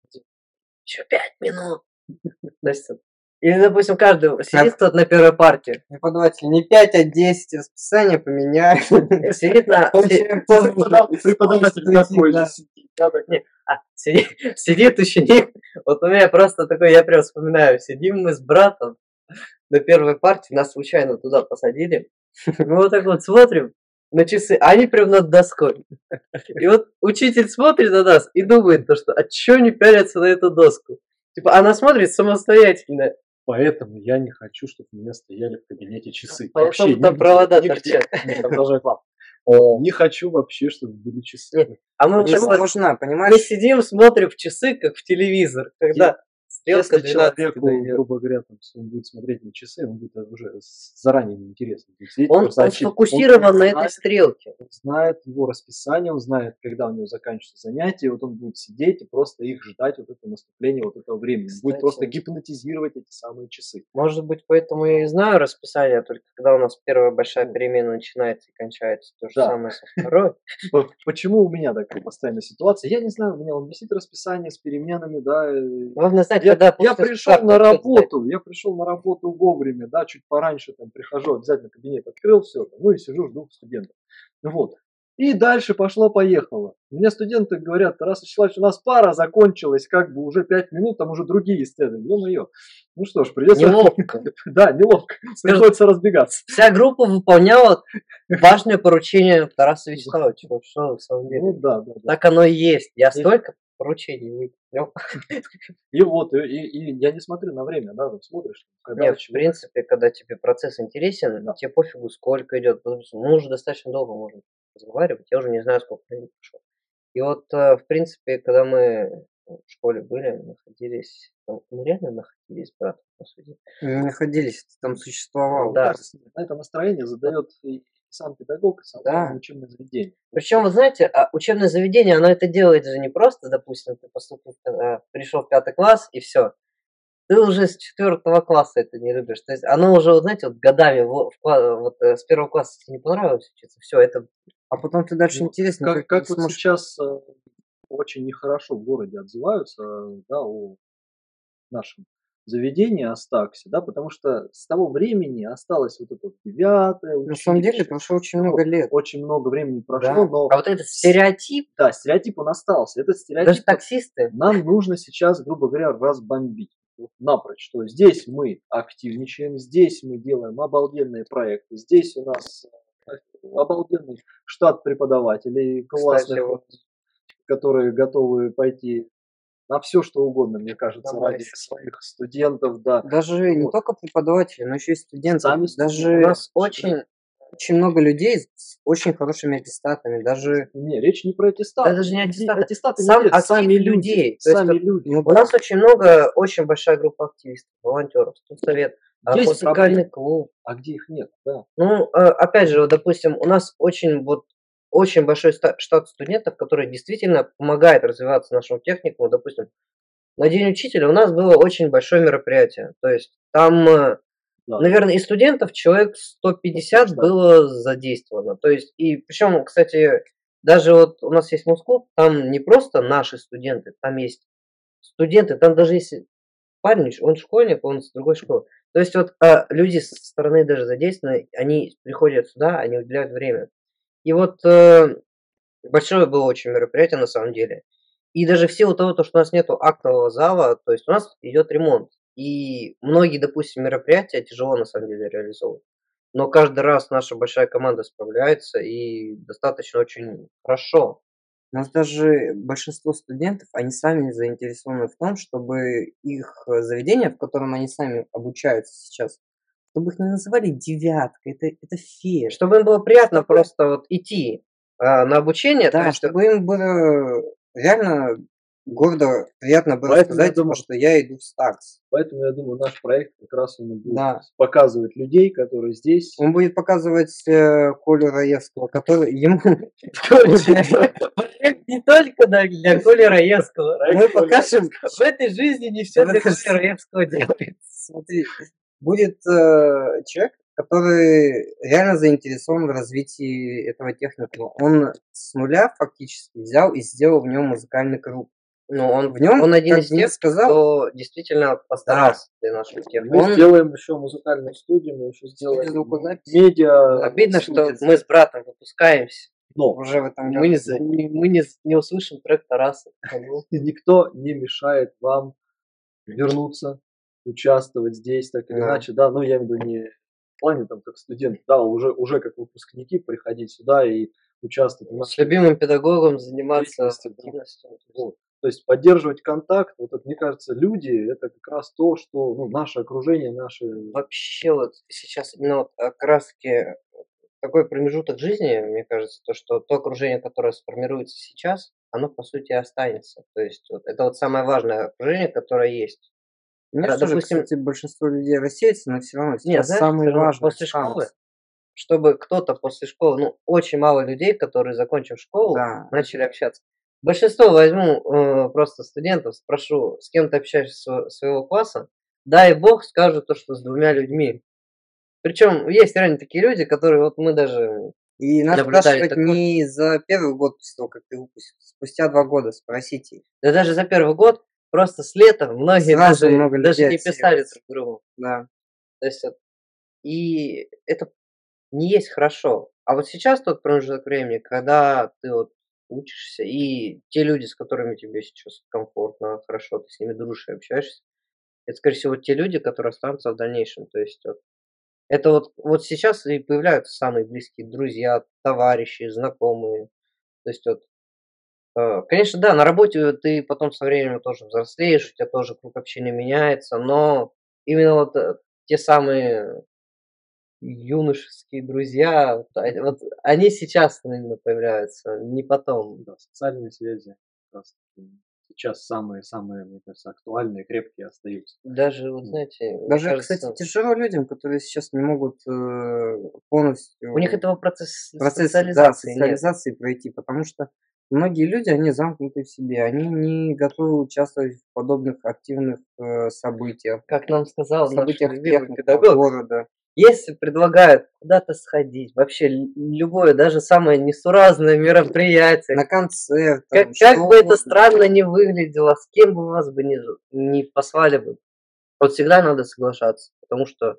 Speaker 2: Еще пять минут. То есть, вот. Или, допустим, каждый сидит кто-то на первой партии,
Speaker 3: Преподаватель не пять, а десять, расписание поменяй.
Speaker 2: сидит на, си-
Speaker 4: Преподаватель такой же
Speaker 3: Да.
Speaker 4: сидит. Да, так.
Speaker 2: не, а, сидит, сидит ученик, вот у меня просто такой, я прям вспоминаю, сидим мы с братом на первой партии, нас случайно туда посадили, мы вот так вот смотрим на часы, а они прям над доской. И вот учитель смотрит на нас и думает, то, что а чё не пялятся на эту доску? Типа она смотрит самостоятельно.
Speaker 4: Поэтому я не хочу, чтобы у меня стояли в кабинете часы.
Speaker 2: Поэтому
Speaker 4: Вообще
Speaker 2: там
Speaker 4: нигде,
Speaker 2: провода
Speaker 4: нигде.
Speaker 2: торчат.
Speaker 4: Нет, там должна быть лампа.
Speaker 2: О.
Speaker 1: Не хочу вообще, чтобы были часы.
Speaker 2: Нет, а мы вот так
Speaker 3: Почему
Speaker 2: вот,
Speaker 3: нужна,
Speaker 2: мы
Speaker 3: понимаешь?
Speaker 2: сидим, смотрим в часы, как в телевизор, когда стрелка
Speaker 1: Если
Speaker 2: двенадцать
Speaker 1: человеку,
Speaker 2: дойдет.
Speaker 1: грубо говоря, там, с- он будет смотреть на часы, он будет уже с- заранее неинтересно. будет сидеть,
Speaker 2: Он,
Speaker 1: просто
Speaker 2: он
Speaker 1: отчит-
Speaker 2: сфокусирован
Speaker 1: он
Speaker 2: на этой
Speaker 1: знает,
Speaker 2: стрелке.
Speaker 1: он знает его расписание, он знает, когда у него заканчиваются занятия, вот он будет сидеть и просто их ждать, вот это наступление вот этого времени. Он будет просто
Speaker 2: Кстати.
Speaker 1: гипнотизировать эти самые часы.
Speaker 2: Может быть, поэтому я и знаю расписание, только когда у нас первая большая
Speaker 1: Ну.
Speaker 2: перемена начинается и кончается. То же
Speaker 1: Да.
Speaker 2: самое со второй.
Speaker 1: Вот почему у меня такая постоянная ситуация? Я не знаю, у меня он висит расписание с переменами, да. э,
Speaker 2: Главное знать,
Speaker 1: Я,
Speaker 2: когда
Speaker 1: я
Speaker 2: после
Speaker 1: пришел
Speaker 2: старта
Speaker 1: на
Speaker 2: отчет сдать.
Speaker 1: работу, я пришел на работу вовремя, да, чуть пораньше там прихожу, обязательно кабинет открыл, все, ну и сижу, жду студентов. Вот. И дальше пошло-поехало. Мне студенты говорят: Тарас Вячеславович, у нас пара закончилась, как бы уже пять минут, там уже другие стоят. Ё-моё. Ну что ж, придется...
Speaker 2: Неловко.
Speaker 1: Да, неловко.
Speaker 2: Скажем,
Speaker 1: Приходится разбегаться.
Speaker 2: Вся группа выполняла важное поручение Тараса Вячеславовича. Вот что на самом деле.
Speaker 1: Ну да, да, да.
Speaker 2: Так оно и есть. Я
Speaker 1: И-
Speaker 2: столько поручений выполнял.
Speaker 1: И вот, и, и- и я не смотрю на время, да, вот смотришь, когда
Speaker 2: Нет, в
Speaker 1: чего.
Speaker 2: принципе, когда тебе процесс интересен,
Speaker 1: Да.
Speaker 2: тебе пофигу, сколько идет. Потому что мы уже достаточно долго можем разговаривать. Я уже не знаю, сколько времени прошло. И вот, э, в принципе, когда мы в школе были, находились, там, мы реально находились с братом, по сути.
Speaker 3: Не находились, ты там существовал.
Speaker 2: Да.
Speaker 1: Кажется, на это настроение задает и сам педагог, и сам
Speaker 3: Да.
Speaker 1: учебное заведение.
Speaker 2: Причем, вы знаете, а учебное заведение, оно это делает же не просто, допустим, ты поступил, в пя- а, пришел в пятый класс и все. Ты уже с четвертого класса это не любишь. То есть оно уже, вот, знаете, вот годами, во- вкла- вот, э, с первого класса тебе не понравилось учиться, все, это
Speaker 3: А потом ты дальше
Speaker 1: Ну,
Speaker 3: интересно,
Speaker 1: Как,
Speaker 3: как
Speaker 1: как
Speaker 3: ты
Speaker 1: вот
Speaker 3: сможешь...
Speaker 1: сейчас э, очень нехорошо в городе отзываются, э, да, о нашем заведении Астаксе, да, потому что с того времени осталось вот это вот девятое
Speaker 3: На самом деле
Speaker 1: училище,
Speaker 3: прошло очень
Speaker 1: ну,
Speaker 3: много лет.
Speaker 1: очень много времени прошло,
Speaker 3: Да.
Speaker 1: но
Speaker 2: А вот этот стереотип,
Speaker 1: да, стереотип он остался. Этот
Speaker 2: даже
Speaker 1: стереотип
Speaker 2: таксисты,
Speaker 1: нам нужно сейчас, грубо говоря, разбомбить вот напрочь, что здесь мы активничаем, здесь мы делаем обалденные проекты, здесь у нас э, обалденный штат преподавателей
Speaker 2: кстати,
Speaker 1: классных,
Speaker 2: вот
Speaker 1: которые готовы пойти на все, что угодно, мне кажется,
Speaker 2: на
Speaker 1: ради
Speaker 2: Марсе.
Speaker 1: своих студентов, да.
Speaker 3: Даже не
Speaker 1: Вот.
Speaker 3: только преподаватели, но еще и студенты.
Speaker 1: Сами
Speaker 2: у
Speaker 3: Даже
Speaker 2: нас очень,
Speaker 3: очень много людей с очень хорошими аттестатами. Даже
Speaker 1: Не, речь не про
Speaker 2: да
Speaker 1: аттестаты.
Speaker 2: даже не аттестаты,
Speaker 1: Аттестаты не
Speaker 2: сам
Speaker 1: те, сами
Speaker 2: актив
Speaker 1: люди.
Speaker 2: людей. То есть
Speaker 1: Сами
Speaker 2: вот
Speaker 1: люди.
Speaker 3: ну,
Speaker 2: у нас очень много, очень большая группа активистов, волонтеров, студсовет, а,
Speaker 1: Есть
Speaker 2: музыкальный
Speaker 1: проблемы,
Speaker 2: клуб.
Speaker 1: а где их нет, да.
Speaker 2: Ну, э, опять же, вот, допустим, у нас очень вот очень большой ста- штат студентов, который действительно помогает развиваться нашему техникуму. Допустим, на День учителя у нас было очень большое мероприятие. То есть там, э,
Speaker 1: Да.
Speaker 2: наверное, из студентов человек сто пятьдесят
Speaker 1: Да.
Speaker 2: было задействовано. То есть, и причем, кстати, даже вот у нас есть Москлуб, там не просто наши студенты, там есть студенты, там даже есть парень, он школьник, он с другой школы. То есть вот а, люди со стороны даже задействованы, они приходят сюда, они уделяют время. И вот э, большое было очень мероприятие на самом деле. И даже в силу того, то, что у нас нету актового зала, то есть у нас идет ремонт. И многие, допустим, мероприятия тяжело на самом деле реализовывать. Но каждый раз наша большая команда справляется и достаточно очень хорошо.
Speaker 3: у нас даже большинство студентов, они сами заинтересованы в том, чтобы их э, заведение, в котором они сами обучаются сейчас, чтобы их не называли девяткой, это, это фея.
Speaker 2: Чтобы им было приятно
Speaker 3: Чтобы-
Speaker 2: просто вот идти а, на обучение. то
Speaker 3: Да,
Speaker 2: есть,
Speaker 3: чтобы им было реально гордо, приятно было
Speaker 1: Поэтому я
Speaker 3: сказать, типа,
Speaker 1: думаю-
Speaker 3: что я иду в Стакс.
Speaker 1: Поэтому я думаю, наш проект как раз он и будет
Speaker 3: Да.
Speaker 1: показывать людей, которые здесь.
Speaker 3: Он будет показывать э, Колю Раевского, который ему...
Speaker 2: Проект не только да, для Коли Раевского.
Speaker 3: Мы покажем...
Speaker 2: В этой жизни не все для Коли Раевского делается.
Speaker 3: Смотри, будет э, человек, который реально заинтересован в развитии этого техникума. Он с нуля фактически взял и сделал в нем музыкальный круг.
Speaker 2: Ну, он,
Speaker 3: В нем,
Speaker 2: он один
Speaker 3: как
Speaker 2: из
Speaker 3: Денис
Speaker 2: тех,
Speaker 3: сказал,
Speaker 2: кто действительно постарался для нашего техники.
Speaker 1: Мы
Speaker 2: Он-
Speaker 1: сделаем еще музыкальную студию, мы еще сделаем
Speaker 3: звукозапись.
Speaker 1: медиа.
Speaker 2: Обидно, что
Speaker 3: студия.
Speaker 2: мы с братом выпускаемся.
Speaker 1: Но
Speaker 3: уже в этом
Speaker 2: Мы не,
Speaker 3: году.
Speaker 2: за- не- мы не, не услышим трек Тараса.
Speaker 1: никто не мешает вам вернуться, участвовать здесь, так или
Speaker 3: Да.
Speaker 1: иначе, да, ну я имею в виду не в плане там как студент, да, уже, уже как выпускники приходить сюда и участвовать в
Speaker 2: С
Speaker 1: нашей
Speaker 2: любимым педагогом заниматься
Speaker 1: деятельности, да.
Speaker 2: активностью.
Speaker 1: Вот. То есть поддерживать контакт, вот это, мне кажется, люди, это как раз то, что, ну, наше окружение, наши...
Speaker 2: Вообще вот сейчас именно вот окраски такой промежуток жизни, мне кажется, то, что то окружение, которое сформируется сейчас, оно по сути останется. То есть вот это вот самое важное окружение, которое есть.
Speaker 3: Мне
Speaker 2: Ра-
Speaker 3: тоже,
Speaker 2: допустим,
Speaker 3: кстати, большинство людей рассеется, но все равно
Speaker 2: нет,
Speaker 3: сейчас
Speaker 2: знаешь,
Speaker 3: самые
Speaker 2: всё равно
Speaker 3: важные
Speaker 2: после школы,
Speaker 3: останутся.
Speaker 2: чтобы кто-то после школы, ну, очень мало людей, которые, закончив школу,
Speaker 3: Да.
Speaker 2: начали общаться. Большинство возьму э, просто студентов, спрошу, с кем ты общаешься сво- своего класса, дай бог скажут то, что с двумя людьми. Причем есть реально такие люди, которые вот мы даже
Speaker 3: И надо
Speaker 2: наблюдали
Speaker 3: спрашивать
Speaker 2: такое.
Speaker 3: не за первый год после того, как ты выпустился, спустя два года спросите их.
Speaker 2: Да даже за первый год, просто с лета многие
Speaker 3: Сразу
Speaker 2: даже,
Speaker 3: много
Speaker 2: даже
Speaker 3: людей
Speaker 2: не писали
Speaker 3: отсеивается.
Speaker 2: друг другу.
Speaker 3: Да.
Speaker 2: То есть вот, и это не есть хорошо. А вот сейчас тот промежуток времени, когда ты вот учишься, и те люди, с которыми тебе сейчас комфортно, хорошо, ты с ними дружишь и общаешься, это, скорее всего, те люди, которые останутся в дальнейшем. То есть вот, это вот, вот сейчас и появляются самые близкие друзья, товарищи, знакомые. То есть вот, э, конечно, да, на работе ты потом со временем тоже взрослеешь, у тебя тоже круг общения меняется, но именно вот э, те самые юношеские друзья, вот, а- вот они сейчас именно появляются, не потом.
Speaker 4: Да, социальные связи как раз таки сейчас самые-самые, мне кажется, актуальные, крепкие остаются.
Speaker 2: Даже, вот
Speaker 4: Вот.
Speaker 2: знаете, мне
Speaker 3: Даже, кстати,
Speaker 2: кажется,
Speaker 3: тяжело людям, которые сейчас не могут э,
Speaker 2: у
Speaker 3: полностью
Speaker 2: них этого процесса
Speaker 3: процесс да,
Speaker 2: социализации нет.
Speaker 3: социализации пройти, потому что многие люди, они замкнуты в себе, они не готовы участвовать в подобных активных э, событиях,
Speaker 2: Как нам сказал наш
Speaker 3: событиях
Speaker 2: любимый
Speaker 3: техники,
Speaker 2: педагог,
Speaker 3: города.
Speaker 2: если предлагают куда-то сходить, вообще л- любое, даже самое несуразное мероприятие,
Speaker 3: На концерт,
Speaker 2: как,
Speaker 3: там,
Speaker 2: как
Speaker 3: что
Speaker 2: бы это
Speaker 3: угодно.
Speaker 2: странно не выглядело, с кем бы вас бы не, ж- не послали бы, вот всегда надо соглашаться, потому что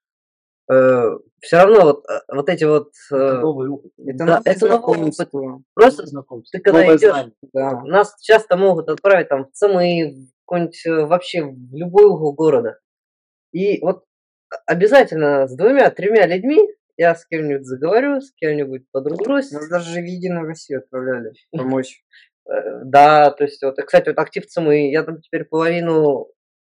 Speaker 2: все равно вот, э, вот эти вот,
Speaker 4: Это
Speaker 2: э,
Speaker 4: новый опыт,
Speaker 3: Это
Speaker 2: да,
Speaker 3: новое
Speaker 2: это новый опыт.
Speaker 3: знакомство,
Speaker 2: Просто
Speaker 4: новое знакомство,
Speaker 2: ты когда
Speaker 4: новое
Speaker 2: идешь,
Speaker 4: знание.
Speaker 3: да.
Speaker 2: нас часто могут отправить там в ЦМИ, в какой-нибудь э, вообще в любой угол города. И вот о- обязательно с двумя-тремя людьми я с кем-нибудь заговорю, с кем-нибудь подружусь.
Speaker 3: Нас даже в Единую Россию отправляли помочь.
Speaker 2: Э, Да, то есть вот, и, кстати, вот актив ЦМИ, я там теперь половину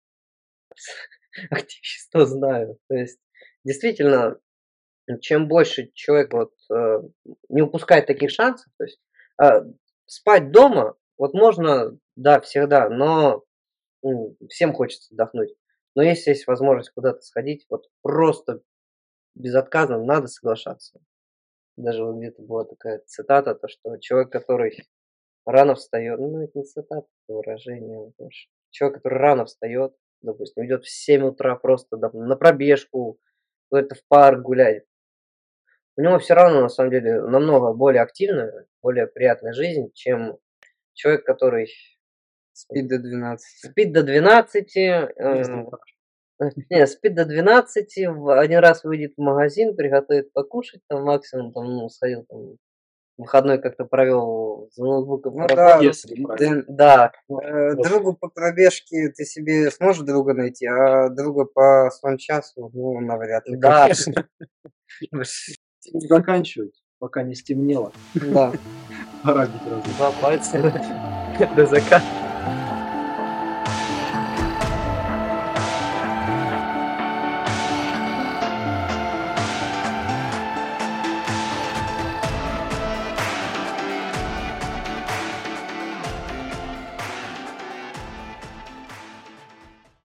Speaker 2: активистов знаю. То есть действительно, чем больше человек вот э, не упускает таких шансов, то есть а, спать дома, вот можно, да, всегда, но м, всем хочется отдохнуть. Но если есть возможность куда-то сходить, вот просто безотказно надо соглашаться. Даже вот где-то была такая цитата, то что человек, который рано встает, ну это не цитата, это выражение больше. Человек, который рано встает, допустим, идет в семь утра просто да, на пробежку, куда-то в парк гулять, у него все равно, на самом деле, намного более активная, более приятная жизнь, чем человек, который
Speaker 3: Спит до двенадцати.
Speaker 2: спит до двенадцати,
Speaker 4: Ездил
Speaker 2: э,
Speaker 4: хорошо.
Speaker 2: не, спит до двенадцати, в один раз выйдет в магазин, приготовит покушать, там максимум там, ну, сходил там, выходной как-то провел за ноутбуком,
Speaker 3: Ну да,
Speaker 2: поработал.
Speaker 4: Если правильно.
Speaker 3: д-
Speaker 2: Да,
Speaker 3: э,
Speaker 4: Просто
Speaker 3: другу по пробежке ты себе сможешь друга найти, а друга по часу, ну, навряд ли,
Speaker 2: да,
Speaker 3: конечно.
Speaker 4: не заканчивать, пока не стемнело.
Speaker 3: Да.
Speaker 4: Пора бить разлом.
Speaker 2: два пальца до заката.